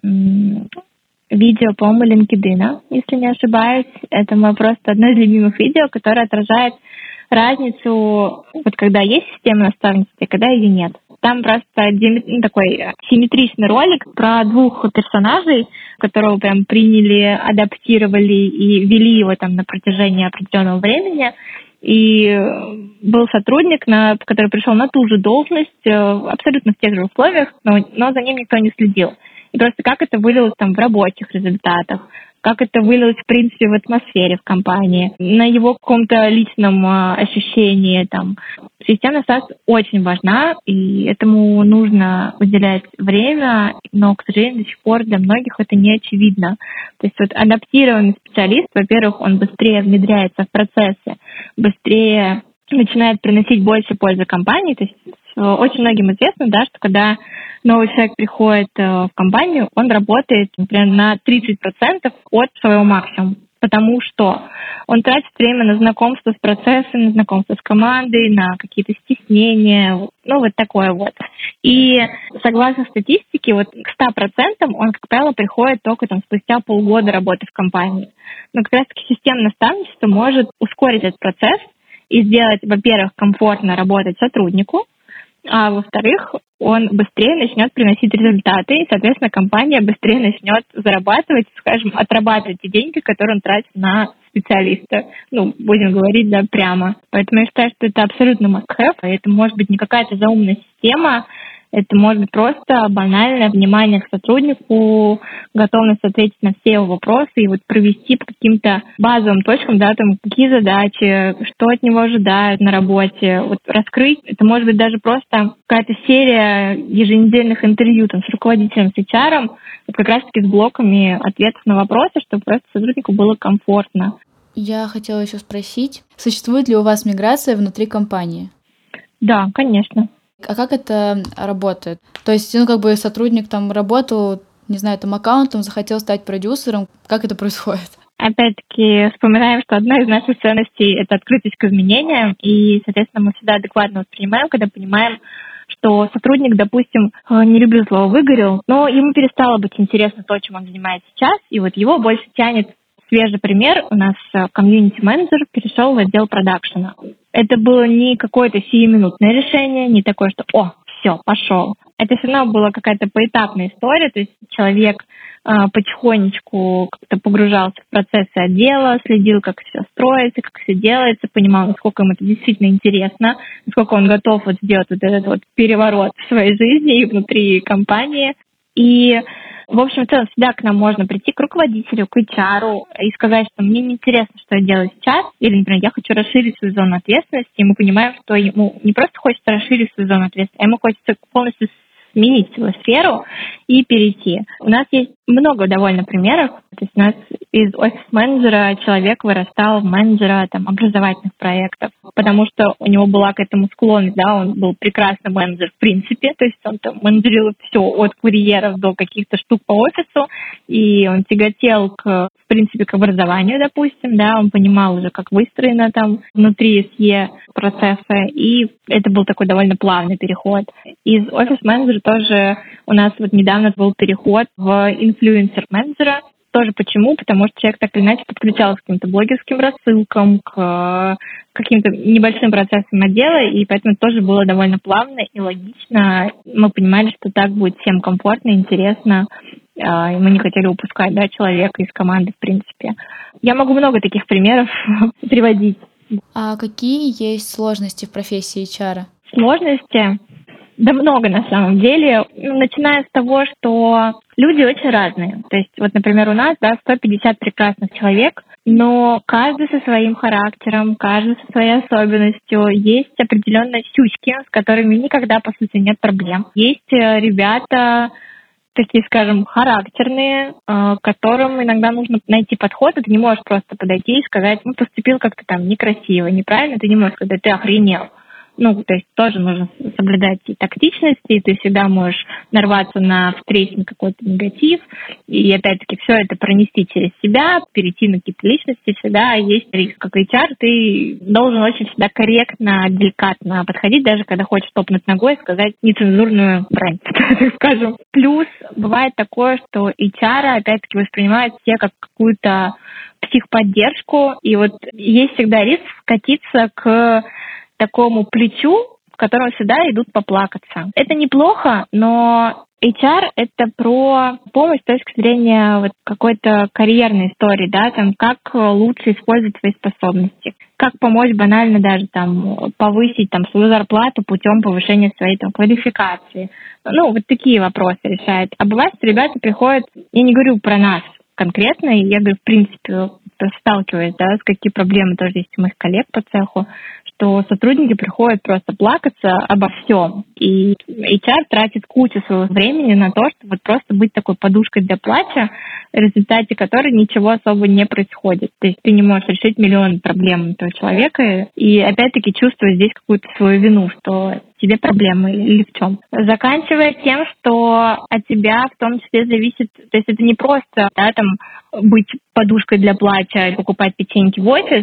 м- видео, по-моему, LinkedIn, если не ошибаюсь. Это мое просто одно из любимых видео, которое отражает разницу, вот когда есть система наставничества и когда ее нет. Там просто ну, такой симметричный ролик про двух персонажей, которого прям приняли, адаптировали и вели его там на протяжении определенного времени. И был сотрудник, на, который пришел на ту же должность, абсолютно в тех же условиях, но, но за ним никто не следил. И просто как это вылилось там в рабочих результатах, как это вылилось, в принципе, в атмосфере в компании, на его каком-то личном а, ощущении. Там. Система наставничества очень важна, и этому нужно уделять время, но, к сожалению, до сих пор для многих это не очевидно. То есть вот адаптированный специалист, во-первых, он быстрее внедряется в процессы, быстрее начинает приносить больше пользы компании, то есть очень многим известно, да, что когда новый человек приходит в компанию, он работает, например, на тридцать процентов от своего максимума. Потому что он тратит время на знакомство с процессом, на знакомство с командой, на какие-то стеснения, ну вот такое вот. И согласно статистике, вот к ста процентам он, как правило, приходит только там спустя полгода работы в компании. Но как раз-таки системное наставничество может ускорить этот процесс и сделать, во-первых, комфортно работать сотруднику, а во-вторых, он быстрее начнет приносить результаты, и, соответственно, компания быстрее начнет зарабатывать, скажем, отрабатывать те деньги, которые он тратит на специалиста. Ну, будем говорить, да, прямо. Поэтому я считаю, что это абсолютно must-have, и это может быть не какая-то заумная система, это может быть просто банальное внимание к сотруднику, готовность ответить на все его вопросы и вот провести по каким-то базовым точкам, да, там, какие задачи, что от него ожидают на работе, вот раскрыть. Это может быть даже просто какая-то серия еженедельных интервью там, с руководителем, с эйч ар, вот как раз-таки с блоками ответов на вопросы, чтобы просто сотруднику было комфортно. Я хотела еще спросить, существует ли у вас миграция внутри компании? Да, конечно. А как это работает? То есть, ну, как бы сотрудник там работал, не знаю, там аккаунтом, захотел стать продюсером. Как это происходит? Опять-таки, вспоминаем, что одна из наших ценностей — это открытость к изменениям, и, соответственно, мы всегда адекватно воспринимаем, когда понимаем, что сотрудник, допустим, не люблю слово «выгорел», но ему перестало быть интересно то, чем он занимается сейчас, и вот его больше тянет. Свежий пример, у нас комьюнити-менеджер перешел в отдел продакшена. Это было не какое-то сиюминутное решение, не такое, что «о, все, пошел». Это все равно была какая-то поэтапная история, то есть человек э, потихонечку как-то погружался в процессы отдела, следил, как все строится, как все делается, понимал, насколько ему это действительно интересно, насколько он готов вот сделать вот этот вот переворот в своей жизни и внутри компании. И в общем, в целом, всегда к нам можно прийти к руководителю, к эйч ар и сказать, что мне неинтересно, что я делаю сейчас, или, например, я хочу расширить свою зону ответственности, и мы понимаем, что ему не просто хочется расширить свою зону ответственности, а ему хочется полностью сменить свою сферу и перейти. У нас есть много довольно примеров. То есть у нас из офис-менеджера человек вырастал в менеджера там, образовательных проектов, потому что у него была к этому склонность, да, он был прекрасный менеджер в принципе, то есть он там менеджерил все от курьеров до каких-то штук по офису, и он тяготел к, в принципе, к образованию, допустим, да, он понимал уже, как выстроено там внутри эс и и процессы, и это был такой довольно плавный переход. Из офис-менеджера тоже у нас вот недавно был переход в инфлюенсер-менеджера. Тоже почему? Потому что человек так или иначе подключался к каким-то блогерским рассылкам, к каким-то небольшим процессам отдела, и поэтому тоже было довольно плавно и логично. Мы понимали, что так будет всем комфортно, интересно, и мы не хотели упускать, да, человека из команды, в принципе. Я могу много таких примеров приводить. А какие есть сложности в профессии эйч ар? Сложности? Да много на самом деле. Ну, начиная с того, что люди очень разные. То есть, вот, например, у нас, да, сто пятьдесят прекрасных человек, но каждый со своим характером, каждый со своей особенностью. Есть определенные щучки, с которыми никогда, по сути, нет проблем. Есть ребята, такие, скажем, характерные, к которым иногда нужно найти подход, и ты не можешь просто подойти и сказать, ну, поступил как-то там некрасиво, неправильно, ты не можешь сказать, ты охренел. Ну, то есть тоже нужно соблюдать и тактичность, и ты всегда можешь нарваться на встречный какой-то негатив, и опять-таки все это пронести через себя, перейти на какие-то личности, всегда есть риск. Как эйч ар ты должен очень всегда корректно, деликатно подходить, даже когда хочешь топнуть ногой и сказать нецензурную брань, так скажем. Плюс бывает такое, что эйч ар опять-таки воспринимают все как какую-то психподдержку, и вот есть всегда риск скатиться к такому плечу, в котором всегда идут поплакаться. Это неплохо, но эйч ар — это про помощь с точки зрения вот какой-то карьерной истории, да, там, как лучше использовать свои способности, как помочь банально даже там повысить там свою зарплату путем повышения своей там квалификации. Ну, вот такие вопросы решает. А бывает, что ребята приходят, я не говорю про нас конкретно, я говорю, в принципе, сталкиваюсь, да, с какие проблемы тоже есть у моих коллег по цеху, что сотрудники приходят просто плакаться обо всем. И эйч ар тратит кучу своего времени на то, чтобы вот просто быть такой подушкой для плача, в результате которой ничего особо не происходит. То есть ты не можешь решить миллион проблем этого человека. И опять-таки чувствую здесь какую-то свою вину, что тебе проблемы или в чем. Заканчивая тем, что от тебя в том числе зависит, то есть это не просто, да, там, быть подушкой для плача и покупать печеньки в офис,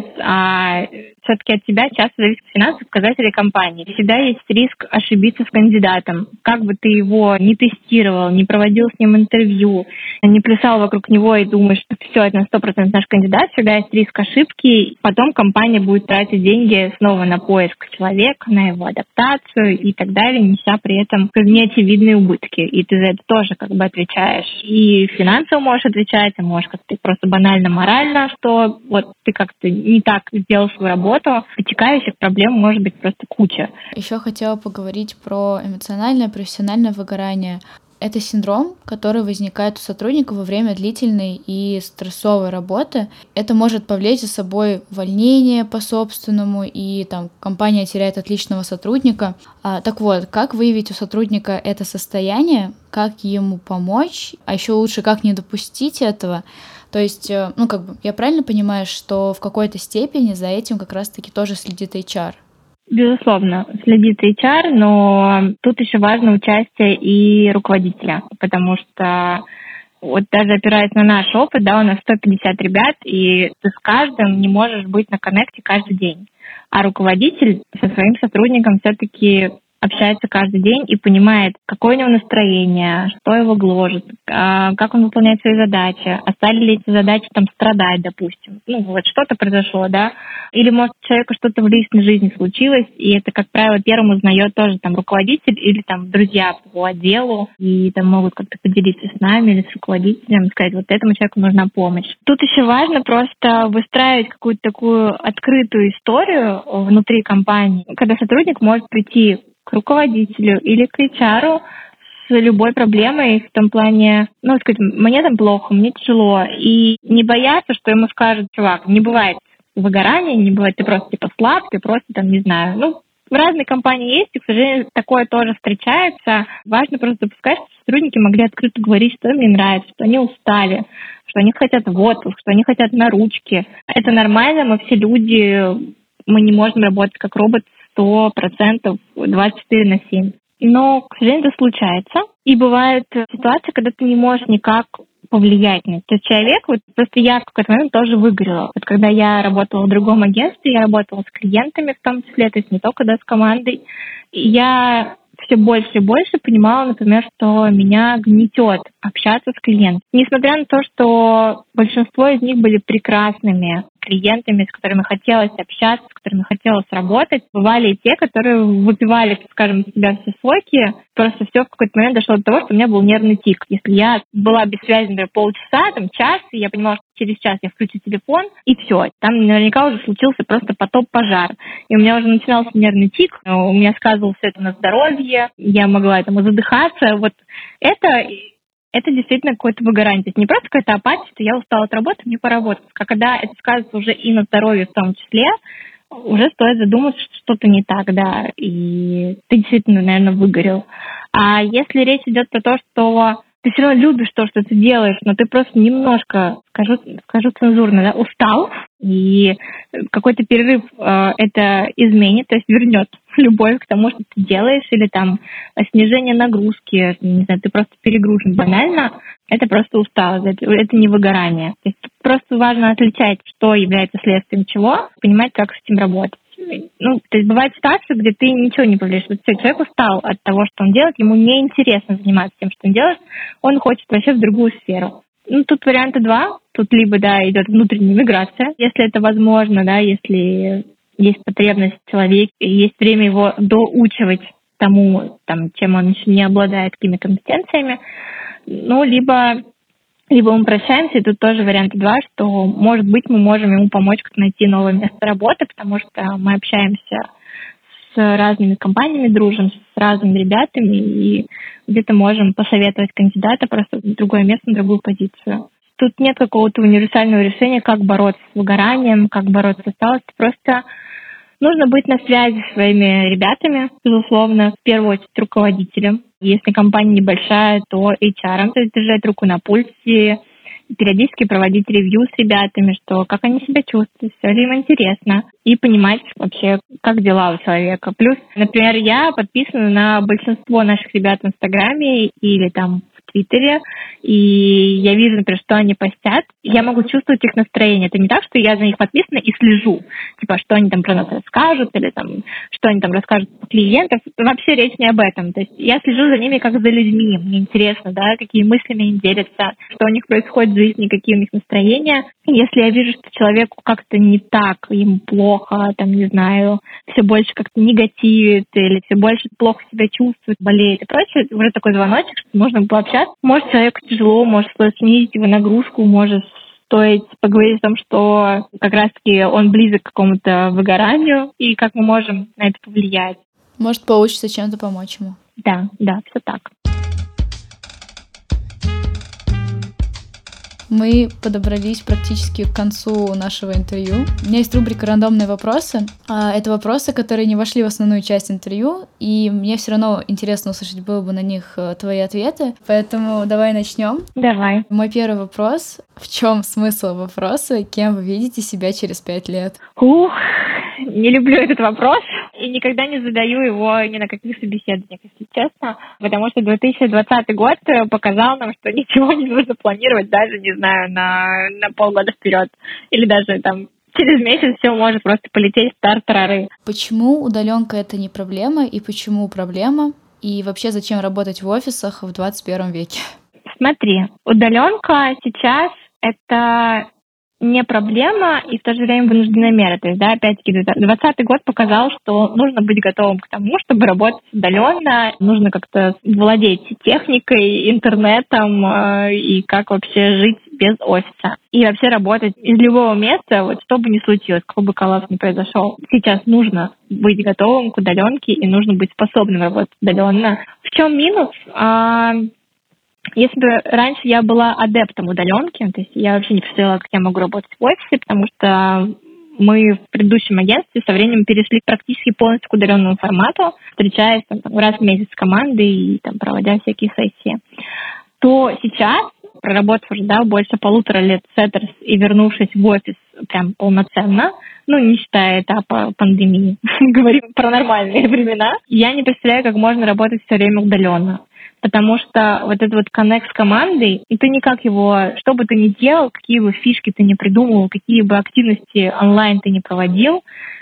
а все-таки от тебя часто зависит финансовые показатели компании. Всегда есть риск ошибиться с кандидатом. Как бы ты его не тестировал, не проводил с ним интервью, не плясал вокруг него и думаешь, что все, это на сто процентов наш кандидат, всегда есть риск ошибки. Потом компания будет тратить деньги снова на поиск человека, на его адаптацию и так далее, неся при этом неочевидные убытки. И ты за это тоже как бы отвечаешь. И финансово можешь отвечать, а можешь как-то просто банально морально, что вот ты как-то не так сделал свою работу. Вытекающих проблем может быть просто куча. Еще хотела поговорить про эмоциональное, профессиональное выгорание. Это синдром, который возникает у сотрудника во время длительной и стрессовой работы. Это может повлечь за собой увольнение по собственному, и там компания теряет отличного сотрудника. А, так вот, как выявить у сотрудника это состояние, как ему помочь, а еще лучше, как не допустить этого. То есть, ну как бы, я правильно понимаю, что в какой-то степени за этим как раз-таки тоже следит эйч ар? Безусловно, следит эйч ар, но тут еще важно участие и руководителя, потому что вот даже опираясь на наш опыт, да, у нас сто пятьдесят ребят, и ты с каждым не можешь быть на коннекте каждый день. А руководитель со своим сотрудником все-таки общается каждый день и понимает, какое у него настроение, что его гложет, как он выполняет свои задачи, остали ли эти задачи там страдать, допустим. Ну вот что-то произошло, да, или может у человека что-то в личной жизни случилось, и это, как правило, первым узнает тоже там руководитель или там друзья по отделу, и там могут как-то поделиться с нами или с руководителем, сказать, вот этому человеку нужна помощь. Тут еще важно просто выстраивать какую-то такую открытую историю внутри компании, когда сотрудник может прийти к руководителю или к эйч ар с любой проблемой в том плане, ну, сказать, мне там плохо, мне тяжело, и не бояться, что ему скажут, чувак, не бывает выгорания, не бывает, ты просто типа слаб, ты просто там, не знаю, ну, в разные компании есть, и, к сожалению, такое тоже встречается. Важно просто допускать, что сотрудники могли открыто говорить, что им не нравится, что они устали, что они хотят в отпуск, что они хотят на ручки. Это нормально, мы все люди, мы не можем работать как робот сто процентов двадцать четыре на семь. Но, к сожалению, это случается. И бывают ситуации, когда ты не можешь никак повлиять на это. То есть человек, вот просто я в какой-то момент тоже выгорела. Вот когда я работала в другом агентстве, я работала с клиентами в том числе, то есть не только да, с командой, и я все больше и больше понимала, например, что меня гнетет общаться с клиентами. Несмотря на то, что большинство из них были прекрасными клиентами, с которыми хотелось общаться, с которыми хотелось работать, бывали и те, которые выпивали, скажем, из себя все соки. Просто все в какой-то момент дошло до того, что у меня был нервный тик. Если я была без связи, например, полчаса, там, час, и я понимала, что через час я включу телефон, и все. Там наверняка уже случился просто потоп-пожар. И у меня уже начинался нервный тик, у меня сказывалось все это на здоровье, я могла этому задыхаться. Вот это... Это действительно какое-то выгорание. То есть не просто какая-то апатия, что я устала от работы, мне пора работать. А когда это сказывается уже и на здоровье в том числе, уже стоит задуматься, что что-то не так, да, и ты действительно, наверное, выгорел. А если речь идет про то, что ты все равно любишь то, что ты делаешь, но ты просто немножко, скажу, скажу цензурно, да, устал, и какой-то перерыв э, это изменит, то есть вернет любовь к тому, что ты делаешь, или там снижение нагрузки, не знаю, ты просто перегружен банально, это просто усталость, это, это не выгорание. То есть просто важно отличать, что является следствием чего, понимать, как с этим работать. Ну, то есть бывает ситуация, где ты ничего не повлияешь. Вот все, человек устал от того, что он делает, ему неинтересно заниматься тем, что он делает, он хочет вообще в другую сферу. Ну, тут варианта два. Тут либо, да, идет внутренняя миграция, если это возможно, да, если есть потребность в человеке, есть время его доучивать тому, там, чем он еще не обладает, какими компетенциями. Ну, либо Либо мы прощаемся, и тут тоже вариант два, что, может быть, мы можем ему помочь как найти новое место работы, потому что мы общаемся с разными компаниями, дружим с разными ребятами, и где-то можем посоветовать кандидата просто в другое место, на другую позицию. Тут нет какого-то универсального решения, как бороться с выгоранием, как бороться с усталостью. Просто нужно быть на связи со своими ребятами, безусловно, в первую очередь руководителем. Если компания небольшая, то эйч ар, то есть держать руку на пульсе периодически проводить ревью с ребятами, что как они себя чувствуют, все ли им интересно, и понимать вообще, как дела у человека. Плюс, например, я подписана на большинство наших ребят в Инстаграме или там в Твиттере, и я вижу, например, что они постят, я могу чувствовать их настроение. Это не так, что я за них подписана и слежу, типа, что они там про нас расскажут, или там, что они там расскажут про клиентов. Вообще речь не об этом. То есть я слежу за ними как за людьми. Мне интересно, да, какие мыслями они делятся, что у них происходит в жизни, какие у них настроения. Если я вижу, что человеку как-то не так, ему плохо, там, не знаю, все больше как-то негативит, или все больше плохо себя чувствует, болеет и прочее, уже такой звоночек, что нужно пообщаться. Может, человеку тяжело, может, стоит снизить его нагрузку, может, стоит поговорить о том, что как раз-таки он близок к какому-то выгоранию, и как мы можем на это повлиять. Может, получится чем-то помочь ему. Да, да, все так. Мы подобрались практически к концу нашего интервью. У меня есть рубрика «Рандомные вопросы». Это вопросы, которые не вошли в основную часть интервью, и мне все равно интересно услышать было бы на них твои ответы. Поэтому давай начнем. Давай. Мой первый вопрос. В чем смысл вопроса? Кем вы видите себя через пять лет? Ух, не люблю этот вопрос и никогда не задаю его ни на каких собеседованиях, если честно, потому что две тысячи двадцатый год показал нам, что ничего не нужно планировать даже, не знаю, на, на полгода вперед или даже там через месяц все может просто полететь в тартарары. Почему удаленка это не проблема и почему проблема? И вообще зачем работать в офисах в двадцать первом веке? Смотри, удаленка сейчас это не проблема и в то же время вынужденная мера. То есть, да, опять-таки, двадцатый год показал, что нужно быть готовым к тому, чтобы работать удаленно, нужно как-то владеть техникой, интернетом э, и как вообще жить без офиса. И вообще работать из любого места, вот что бы ни случилось, какой бы коллапс ни произошел. Сейчас нужно быть готовым к удаленке и нужно быть способным работать удаленно. В чем минус? А, Если бы раньше я была адептом удаленки, то есть я вообще не представляла, как я могу работать в офисе, потому что мы в предыдущем агентстве со временем перешли практически полностью к удаленному формату, встречаясь там, раз в месяц с командой и там, проводя всякие сессии, то сейчас, проработав уже да, больше полутора лет в Setters и вернувшись в офис прям полноценно, ну, не считая этапа пандемии, говорим про нормальные времена, я не представляю, как можно работать все время удаленно. Потому что вот этот вот коннект с командой, и ты никак его, что бы ты ни делал, какие бы фишки ты ни придумывал, какие бы активности онлайн ты ни проводил,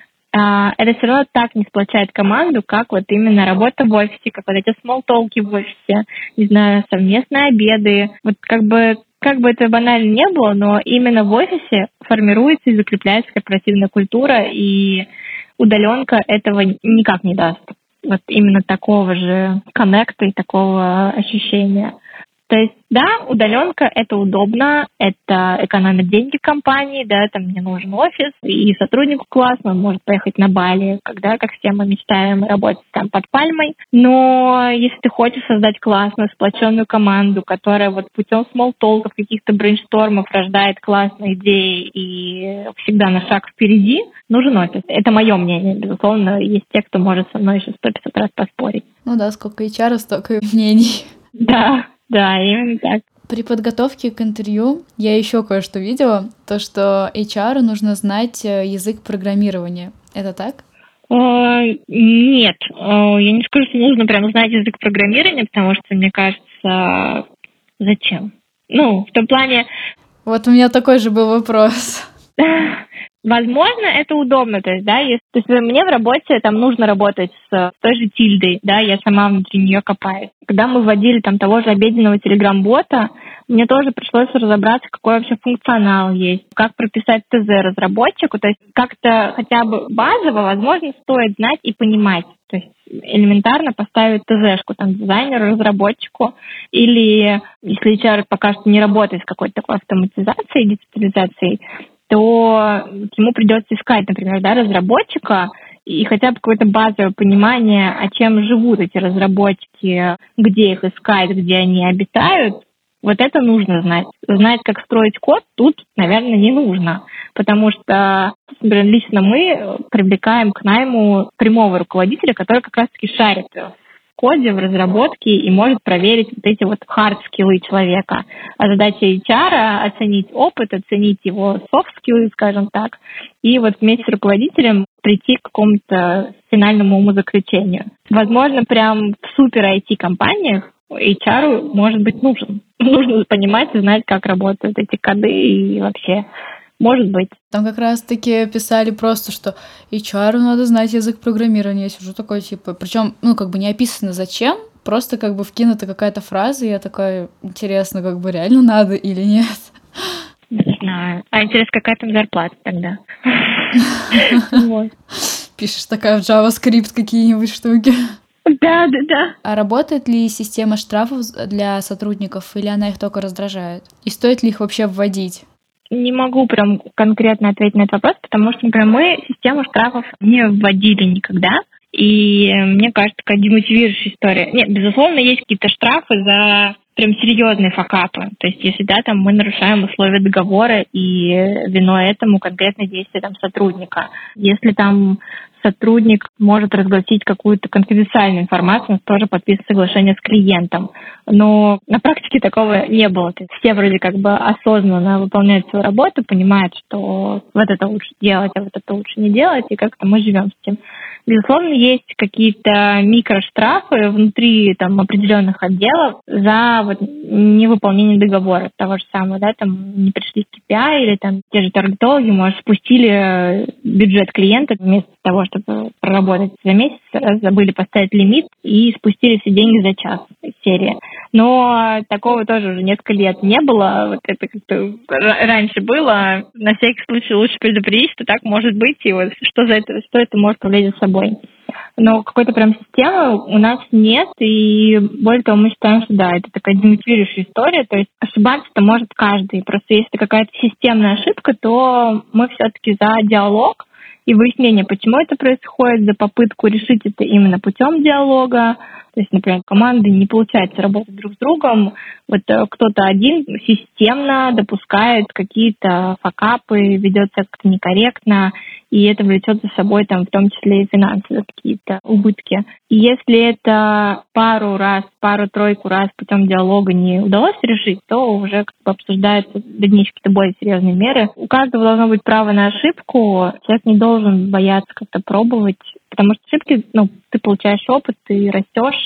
это все равно так не сплочает команду, как вот именно работа в офисе, как вот эти смолтолки в офисе, не знаю, совместные обеды. Вот как бы, как бы это банально не было, но именно в офисе формируется и закрепляется корпоративная культура, и удаленка этого никак не даст. Вот именно такого же коннекта и такого ощущения. То есть, да, удаленка — это удобно, это экономит деньги компании, да, там не нужен офис, и сотруднику классно, он может поехать на Бали, когда, как все мы мечтаем, работать там под пальмой. Но если ты хочешь создать классную, сплоченную команду, которая вот путем смолтолков, каких-то брейнштормов рождает классные идеи и всегда на шаг впереди, нужен офис. Это мое мнение, безусловно. Есть те, кто может со мной еще сто пятьдесят раз поспорить. Ну да, сколько эйч ар, столько и мнений. Да. Да, именно так. При подготовке к интервью я еще кое-что видела, то, что эйч ар нужно знать язык программирования. Это так? О, нет, О, я не скажу, что нужно прям знать язык программирования, потому что, мне кажется, зачем? Ну, в том плане... Вот у меня такой же был вопрос. Возможно, это удобно, то есть, да, если, то есть мне в работе там нужно работать с той же тильдой, да, я сама внутри нее копаюсь. Когда мы вводили там того же обеденного телеграм-бота, мне тоже пришлось разобраться, какой вообще функционал есть, как прописать ТЗ разработчику, то есть как-то хотя бы базово, возможно, стоит знать и понимать, то есть элементарно поставить ТЗшку там дизайнеру, разработчику, или если эйч ар пока что не работает с какой-то такой автоматизацией, диджитализацией, то ему придется искать, например, да, разработчика и хотя бы какое-то базовое понимание, о чем живут эти разработчики, где их искать, где они обитают. Вот это нужно знать. Знать, как строить код, тут, наверное, не нужно, потому что, например, лично мы привлекаем к найму прямого руководителя, который как раз-таки шарит в коде, в разработке и может проверить вот эти вот хард-скиллы человека. А задача эйч ар — оценить опыт, оценить его софт-скиллы, скажем так, и вот вместе с руководителем прийти к какому-то финальному умозаключению. Возможно, прям в супер-ай ти-компаниях эйч ар может быть нужен. Нужно понимать и знать, как работают эти коды и вообще... Может быть. Там как раз-таки писали просто, что эйч ар надо знать язык программирования. Я сижу такой, типа... Причем, ну, как бы не описано зачем, просто как бы вкинута какая-то фраза, и я такая, интересно, как бы реально надо или нет? Не знаю. А интересно, какая там зарплата тогда? Пишешь такая в JavaScript какие-нибудь штуки. Да, да, да. А работает ли система штрафов для сотрудников, или она их только раздражает? И стоит ли их вообще вводить? Не могу прям конкретно ответить на этот вопрос, потому что, например, мы систему штрафов не вводили никогда. И мне кажется, такая демотивирующая история. Нет, безусловно, есть какие-то штрафы за прям серьезные факапы. То есть, если да, там мы нарушаем условия договора, и виной этому конкретно действие там сотрудника. Если там сотрудник может разгласить какую-то конфиденциальную информацию, он тоже подписывает соглашение с клиентом. Но на практике такого не было. То есть все вроде как бы осознанно выполняют свою работу, понимают, что вот это лучше делать, а вот это лучше не делать, и как-то мы живем с этим. Безусловно, есть какие-то микроштрафы внутри там определенных отделов за вот невыполнение договора того же самого, да, там не пришли к кей пи ай или там те же таргетологи, может, спустили бюджет клиента вместо того, чтобы проработать за месяц, забыли поставить лимит и спустили все деньги за час серии. Но такого тоже уже несколько лет не было. Вот это как-то раньше было. На всякий случай лучше предупредить, что так может быть, и вот что за это, что это может повлечь за собой. Но какой-то прям системы у нас нет, и более того, мы считаем, что да, это такая демотивирующая история, то есть ошибаться-то может каждый. Просто если какая-то системная ошибка, то мы все-таки за диалог и выяснение, почему это происходит, за попытку решить это именно путем диалога. То есть, например, команды не получается работать друг с другом, вот кто-то один системно допускает какие-то факапы, ведет себя как-то некорректно, и это влечет за собой там, в том числе и финансовые какие-то убытки. И если это пару раз, пару-тройку раз путем диалога не удалось решить, то уже как бы обсуждаются дальнейшие какие-то более серьезные меры. У каждого должно быть право на ошибку, человек не должен бояться как-то пробовать, потому что ошибки, ну, ты получаешь опыт, ты растешь,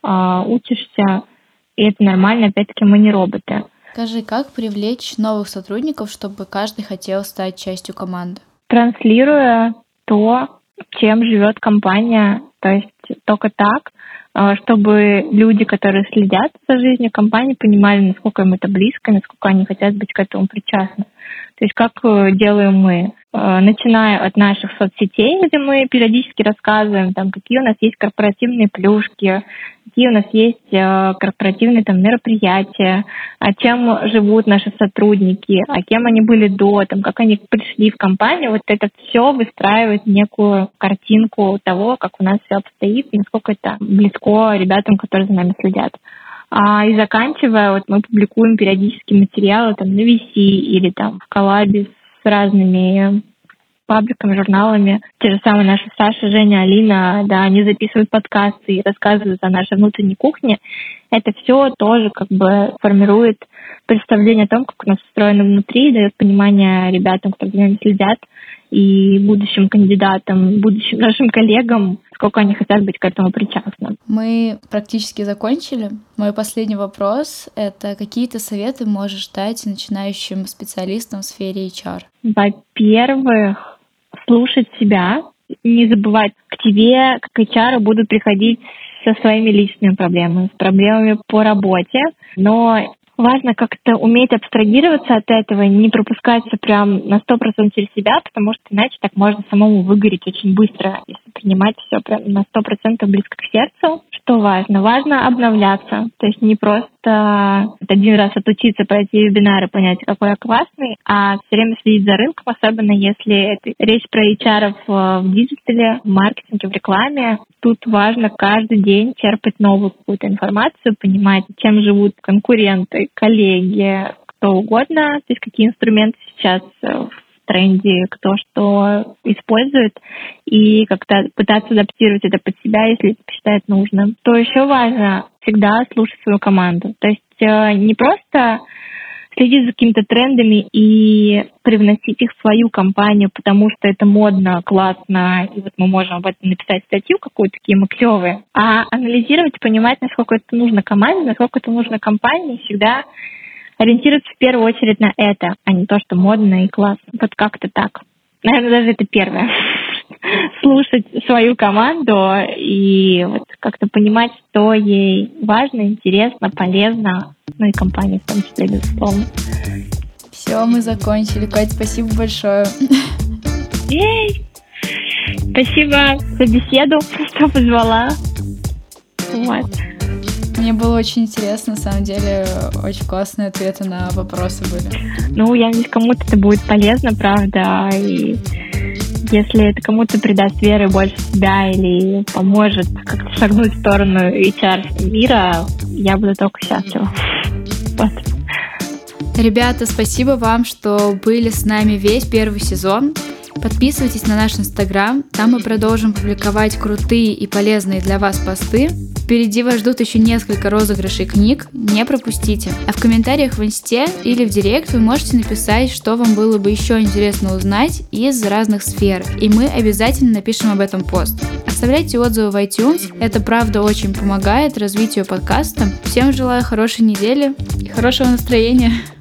учишься, и это нормально, опять-таки мы не роботы. Скажи, как привлечь новых сотрудников, чтобы каждый хотел стать частью команды? Транслируя то, чем живет компания, то есть только так, чтобы люди, которые следят за жизнью компании, понимали, насколько им это близко, насколько они хотят быть к этому причастны. То есть как делаем мы? Начиная от наших соцсетей, где мы периодически рассказываем, там, какие у нас есть корпоративные плюшки, какие у нас есть корпоративные там, мероприятия, а чем живут наши сотрудники, а кем они были до, там, как они пришли в компанию. Вот это все выстраивает некую картинку того, как у нас все обстоит, и насколько это близко ребятам, которые за нами следят. А, и заканчивая, вот мы публикуем периодически материалы там, на ви си или там, в коллабе с разными пабликами, журналами. Те же самые наши Саша, Женя, Алина, да, они записывают подкасты и рассказывают о нашей внутренней кухне. Это все тоже как бы формирует представление о том, как у нас устроено внутри, дает понимание ребятам, которые за нами следят, и будущим кандидатам, будущим нашим коллегам, сколько они хотят быть к этому причастны. Мы практически закончили. Мой последний вопрос — это какие ты советы можешь дать начинающим специалистам в сфере эйч ар? Во-первых, слушать себя, не забывать, к тебе, как эйч ар, будут приходить со своими личными проблемами, с проблемами по работе, но важно как-то уметь абстрагироваться от этого и не пропускаться прям на сто процентов через себя, потому что иначе так можно самому выгореть очень быстро, если принимать все прям на сто процентов близко к сердцу. Что важно? Важно обновляться, то есть не просто один раз отучиться, пройти вебинары, понять, какой я классный, а все время следить за рынком, особенно если это речь про эйч ар в диджитале, в маркетинге, в рекламе. Тут важно каждый день черпать новую какую-то информацию, понимать, чем живут конкуренты, коллеги, кто угодно, то есть какие инструменты сейчас в тренде, кто что использует, и как-то пытаться адаптировать это под себя, если считает нужным. То еще важно всегда слушать свою команду. То есть не просто следить за какими-то трендами и привносить их в свою компанию, потому что это модно, классно, и вот мы можем об этом написать статью какую-то, такие мы клевые, а анализировать, понимать, насколько это нужно команде, насколько это нужно компании, всегда ориентироваться в первую очередь на это, а не то, что модно и классно. Вот как-то так. Наверное, даже это первое. Слушать свою команду и вот как-то понимать, что ей важно, интересно, полезно, ну и компании в том числе, безусловно. Все, мы закончили. Кать, спасибо большое. Ей! Спасибо за беседу, что позвала. Вот. Мне было очень интересно, на самом деле, очень классные ответы на вопросы были. Ну, я надеюсь, кому-то это будет полезно, правда, и если это кому-то придаст веры больше в себя или поможет как-то шагнуть в сторону эйч ар мира, я буду только счастлива. Вот. Ребята, спасибо вам, что были с нами весь первый сезон. Подписывайтесь на наш инстаграм, там мы продолжим публиковать крутые и полезные для вас посты. Впереди вас ждут еще несколько розыгрышей книг, не пропустите. А в комментариях в инсте или в директ вы можете написать, что вам было бы еще интересно узнать из разных сфер, и мы обязательно напишем об этом пост. Оставляйте отзывы в iTunes, это правда очень помогает развитию подкаста. Всем желаю хорошей недели и хорошего настроения.